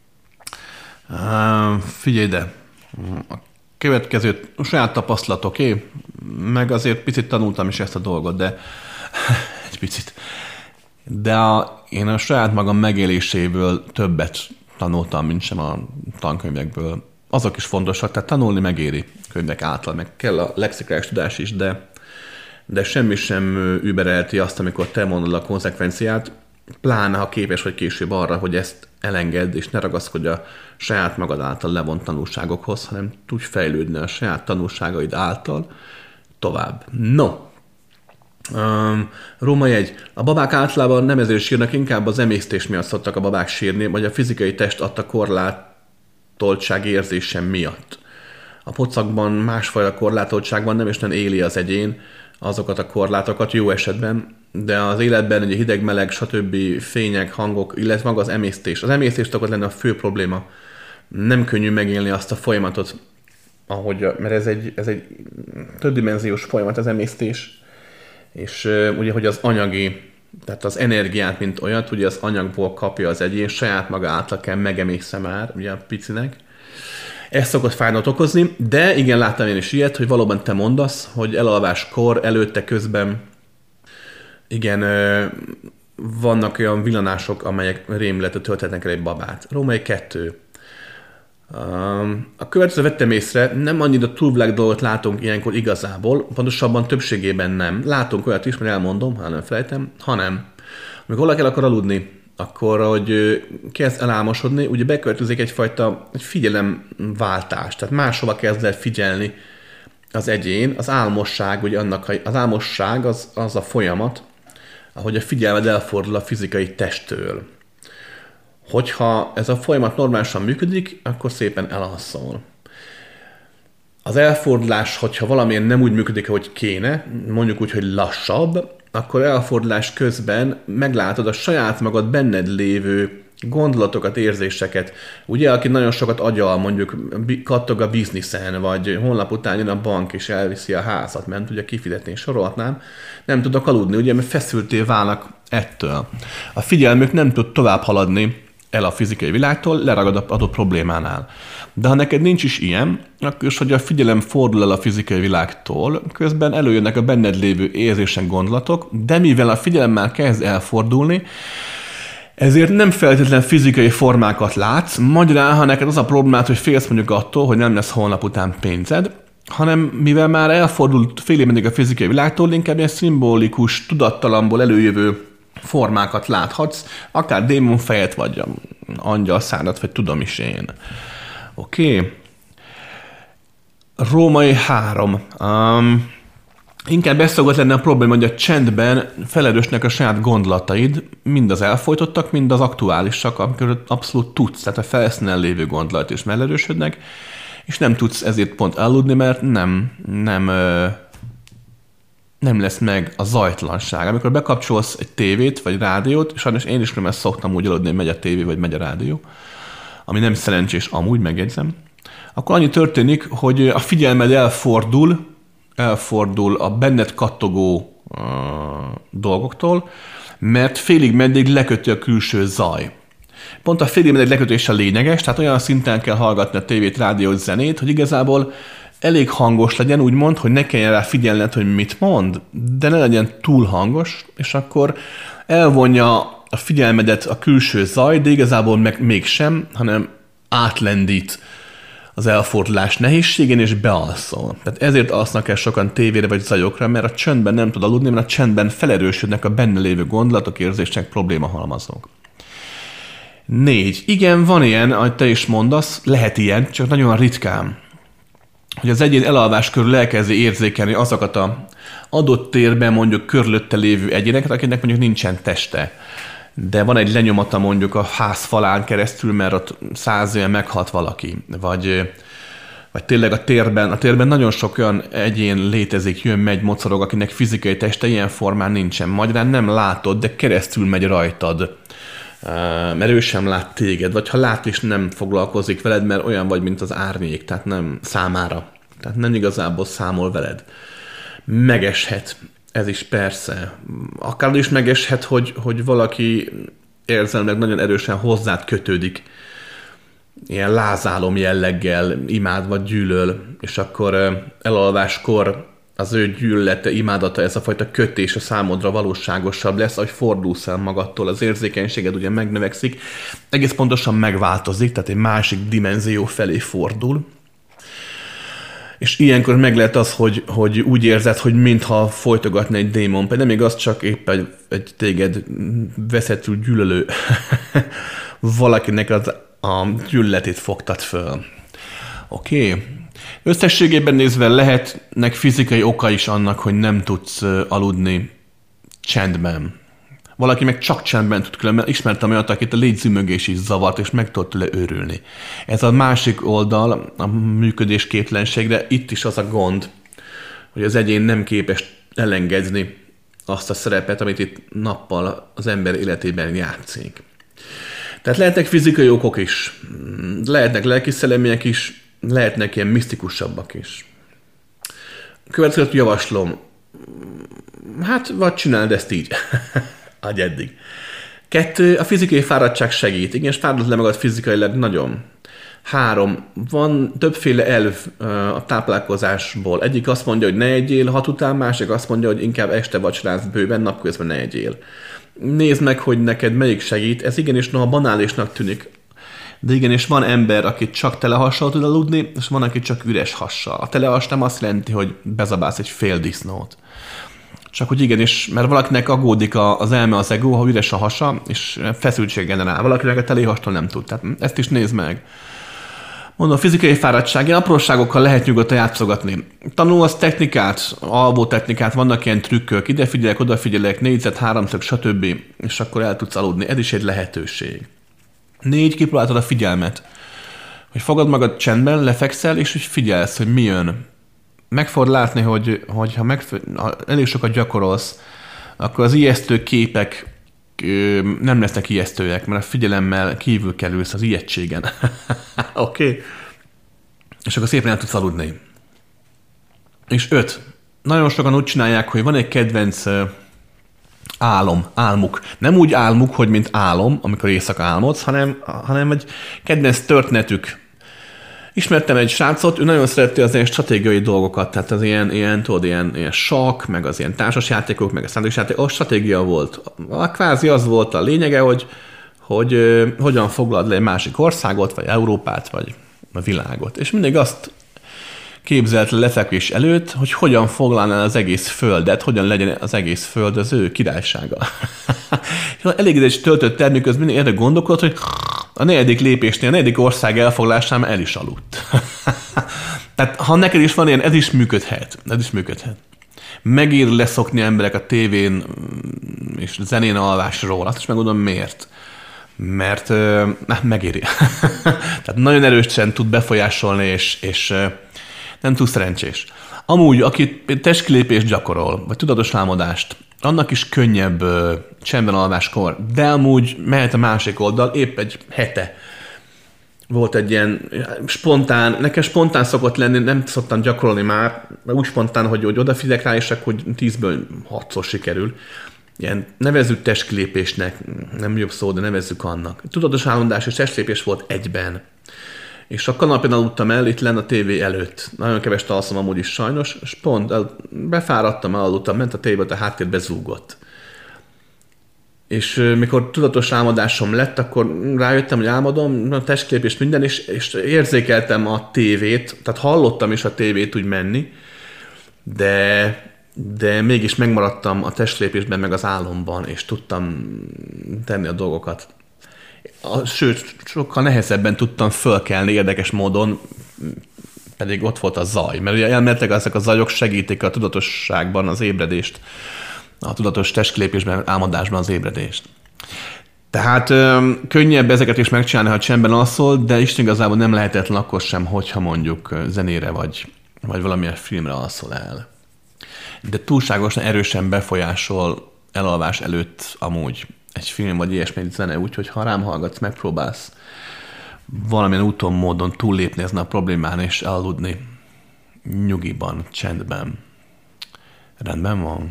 Uh, figyelj ide, a következő a saját tapasztalat, oké? Okay? Meg azért picit tanultam is ezt a dolgot, de egy picit. De a, én a saját magam megéléséből többet tanultam, mint sem a tankönyvekből. Azok is fontosak, tehát tanulni megéri könyvek által, meg kell a lexikális tudás is, de, de semmi sem überelti azt, amikor te mondod a konzekvenciát, pláne ha képes vagy később arra, hogy ezt elengedd, és ne ragaszkodj a saját magad által levont tanulságokhoz, hanem tudj fejlődni a saját tanulságaid által tovább. No, um, Róma jegy. A babák általában nem ezért sírnak, inkább az emésztés miatt szoktak a babák sírni, vagy a fizikai test adta korlátoltság érzésem miatt. A pocakban másfajta korlátoltságban nem is nem éli az egyén azokat a korlátokat jó esetben, de az életben ugye hideg, meleg, stb. Fények, hangok, illetve maga az emésztés. Az emésztés szokott lenne a fő probléma. Nem könnyű megélni azt a folyamatot, ahogy, mert ez egy, ez egy többdimenziós folyamat az emésztés, és uh, ugye, hogy az anyagi, tehát az energiát, mint olyat, ugye az anyagból kapja az egyén, saját maga által kell megemészze már, ugye a picinek. Ez szokott fájdalmat okozni, de igen, láttam én is ilyet, hogy valóban te mondasz, hogy elalváskor, előtte, közben igen, vannak olyan villanások, amelyek rémületet tölthetnek el egy babát. Római kettő. A következő vettem észre, nem annyira túlvilág dolgot látunk ilyenkor igazából, pontosabban többségében nem. Látunk olyat is, mert elmondom, ha nem felejtem, hanem amikor valaki el akar aludni, akkor, hogy kezd elálmosodni, ugye bekövetkezik egyfajta egy figyelemváltás, tehát máshova kezd el figyelni az egyén, az álmosság, ugye annak, az álmosság az, az a folyamat, ahogy a figyelmed elfordul a fizikai testtől. Hogyha ez a folyamat normálisan működik, akkor szépen elalszol. Az elfordulás, hogyha valamilyen nem úgy működik, ahogy kéne, mondjuk úgy, hogy lassabb, akkor elfordulás közben meglátod a saját magad benned lévő gondolatokat, érzéseket. Ugye, aki nagyon sokat agyal, mondjuk kattog a bizniszen, vagy holnap után jön a bank és elviszi a házat, mert ugye kifizetni sorolhatnám, nem tudok aludni, ugye, mert feszülté válnak ettől. A figyelmük nem tud tovább haladni el a fizikai világtól, leragad a adott problémánál. De ha neked nincs is ilyen, akkor is, hogy a figyelem fordul el a fizikai világtól, közben előjönnek a benned lévő érzések, gondolatok, de mivel a figyelem már kezd elfordulni, ezért nem feltétlen fizikai formákat látsz, magyarán, ha neked az a problémát, hogy félsz mondjuk attól, hogy nem lesz holnap után pénzed, hanem mivel már elfordult fél évig a fizikai világtól, inkább ilyen szimbolikus, tudattalamból előjövő formákat láthatsz, akár démonfejet, vagy angyalszádat, vagy tudom is én. Oké. Okay. Római három. Um, inkább ez szokott lenni a probléma, hogy a csendben felerősnek a saját gondolataid, mind az elfojtottak, mind az aktuálisak, amikor abszolút tudsz, tehát a felszínen lévő gondolat is megerősödnek, és nem tudsz ezért pont aludni, mert nem, nem, nem lesz meg a zajtlanság. Amikor bekapcsolsz egy tévét, vagy rádiót, és sajnos én is nem ezt szoktam úgy aludni, hogy megy a tévé, vagy megy a rádió, ami nem szerencsés, amúgy megjegyzem, akkor annyi történik, hogy a figyelmed elfordul, elfordul a benned kattogó uh, dolgoktól, mert félig meddig leköti a külső zaj. Pont a félig meddig lekötés a lényeges, tehát olyan szinten kell hallgatni a tévét, rádiót, zenét, hogy igazából elég hangos legyen, úgymond, hogy ne kelljen rá figyelned, hogy mit mond, de ne legyen túl hangos, és akkor elvonja a figyelmedet a külső zaj, de igazából meg mégsem, hanem átlendít az elfordulás nehézségén, és bealszol. Tehát ezért alsznak el sokan tévére vagy zajokra, mert a csöndben nem tud aludni, mert a csendben felerősödnek a benne lévő gondolatok, érzések, problémahalmazok. Négy. Igen, van ilyen, ahogy te is mondasz, lehet ilyen, csak nagyon ritkán. Hogy az egyén elalvás körül elkezdi érzékelni azokat a adott térben mondjuk körülötte lévő egyéneket, akiknek mondjuk nincsen teste. De van egy lenyomata mondjuk a ház falán keresztül, mert ott száz éve meghalt valaki. Vagy, vagy tényleg a térben, a térben nagyon sok olyan egyén létezik, jön, megy, mocorog, akinek fizikai teste ilyen formán nincsen. Magyarán nem látod, de keresztül megy rajtad. Mert ő sem lát téged. Vagy ha lát is, nem foglalkozik veled, mert olyan vagy, mint az árnyék, tehát nem számára. Tehát nem igazából számol veled. Megeshet. Ez is persze. Akár is megeshet, hogy, hogy valaki érzelmileg nagyon erősen hozzád kötődik. Ilyen lázálom jelleggel imád vagy gyűlöl, és akkor elalváskor az ő gyűlölete, imádata, ez a fajta kötés a számodra valóságosabb lesz, ahogy fordulsz el magadtól, az érzékenységed ugye megnövekszik, egész pontosan megváltozik, tehát egy másik dimenzió felé fordul. És ilyenkor meg lehet az, hogy, hogy úgy érzed, hogy mintha folytogatna egy démon, pedig nem igaz, csak épp egy, egy téged veszettül gyűlölő valakinek az, a gyűlöletét fogtad föl. Oké. Okay. Összességében nézve lehetnek fizikai oka is annak, hogy nem tudsz aludni csendben. Valaki meg csak csendben tud, különben ismertem olyat, akit a légyzümögés is zavart, és meg tudott tőle őrülni. Ez a másik oldal a működésképtelenségre, itt is az a gond, hogy az egyén nem képes elengedni azt a szerepet, amit itt nappal az ember életében játszik. Tehát lehetnek fizikai okok is, lehetnek lelkiszellemiek is, lehetnek ilyen misztikusabbak is. Következőt javaslom, hát vagy csináld ezt így. Adj eddig. Kettő, a fizikai fáradtság segít. Igen, és fáradod le magad fizikailag nagyon. Három, van többféle elv a táplálkozásból. Egyik azt mondja, hogy ne egyél hat után, másik azt mondja, hogy inkább este vacsorázz bőven, napközben ne egyél. Nézd meg, hogy neked melyik segít. Ez igenis noha banálisnak tűnik. De igenis van ember, aki csak tele hassal tud aludni, és van, aki csak üres hassal. A tele has nem azt jelenti, hogy bezabálsz egy fél disznót. Csak hogy igenis, mert valakinek aggódik az elme, az ego, ha üres a hasa, és feszültség generál. Valakinek a teléhastól nem tud. Tehát ezt is nézd meg. Mondom, a fizikai fáradtság, ilyen apróságokkal lehet nyugodtan játszogatni. Tanulsz technikát, alvó technikát, vannak ilyen trükkök, ide figyelek, oda figyelek, négyzet, háromszög, stb. És akkor el tudsz aludni. Ez is egy lehetőség. Négy, kipróbáltad a figyelmet. Hogy fogad magad csendben, lefekszel, és hogy figyelsz, hogy mi jön. Meg fogod látni, hogy, hogy ha, megfe- ha elég sokat gyakorolsz, akkor az ijesztő képek ö, nem lesznek ijesztőek, mert a figyelemmel kívül kerülsz az ijegységen. Oké? Okay. És akkor szépen el tudsz aludni. És öt. Nagyon sokan úgy csinálják, hogy van egy kedvenc Álom, álmuk. Nem úgy álmuk, hogy mint álom, amikor éjszaka álmodsz, hanem, hanem egy kedvenc történetük. Ismertem egy srácot, ő nagyon szerette az ilyen stratégiai dolgokat, tehát az ilyen, ilyen tudod, ilyen, ilyen sakk, meg az ilyen társasjátékok, meg a szándékosjáték, az stratégia volt. A kvázi az volt a lényege, hogy, hogy ö, hogyan foglald le egy másik országot, vagy Európát, vagy a világot. És mindig azt képzelt lefekvés előtt, hogy hogyan foglalná az egész földet, hogyan legyen az egész föld az ő királysága. Elégedés töltött termék, az mindig erre gondolkodott, hogy a negyedik lépésnél, a negyedik ország elfoglalásánál el is aludt. Tehát ha neked is van ilyen, ez is működhet. Ez is működhet. Megér leszokni emberek a tévén és zenén alvásról. Azt is megmondom miért. Mert na, megéri. Tehát nagyon erősen tud befolyásolni, és, és nem túl szerencsés. Amúgy, aki testkilépést gyakorol, vagy tudatos álmodást, annak is könnyebb ö, csendben alváskor, de amúgy mehet a másik oldal, épp egy hete volt egy ilyen spontán, nekem spontán szokott lenni, nem szoktam gyakorolni már, úgy spontán, hogy, hogy odafigyelek rá, és akkor tízből hatszor sikerül. Ilyen nevezzük testkilépésnek, nem jobb szó, de nevezzük annak. Tudatos álmodás és testkilépés volt egyben. És a kanapén aludtam el, itt lenne a tévé előtt. Nagyon keveset alszom amúgy is sajnos, és pont el, befáradtam, elaludtam, ment a tévé, a háttér bezúgott. És mikor tudatos álmodásom lett, akkor rájöttem, hogy álmodom, a testkilépés minden, és, és érzékeltem a tévét, tehát hallottam is a tévét úgy menni, de, de mégis megmaradtam a testkilépésben, meg az álomban, és tudtam tenni a dolgokat. A, sőt, sokkal nehezebben tudtam fölkelni érdekes módon, pedig ott volt a zaj. Mert ugye elméletileg ezek a zajok segítik a tudatosságban az ébredést, a tudatos testkilépésben, álmodásban az ébredést. Tehát ö, könnyebb ezeket is megcsinálni, ha csendben alszol, de Isten igazából nem lehetetlen akkor sem, hogyha mondjuk zenére vagy, vagy valamilyen filmre alszol el. De túlságosan erősen befolyásol elalvás előtt amúgy egy film vagy ilyesmi, egy zene, úgyhogy ha rám hallgatsz, megpróbálsz valamilyen úton, módon túllépni ezen a problémán és elaludni nyugiban, csendben. Rendben van?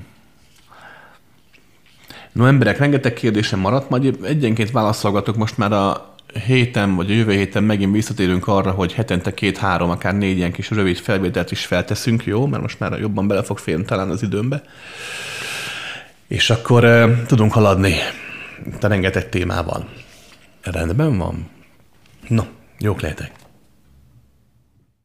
No, emberek, rengeteg kérdésem maradt, majd egyenként válaszolgatok most már a héten, vagy a jövő héten megint visszatérünk arra, hogy hetente két-három, akár négy ilyen kis rövid felvételt is felteszünk, jó? Mert most már jobban bele fog férni talán az időmbe. És akkor uh, tudunk haladni a rengeteg témával. Rendben van? No, jók lehetek.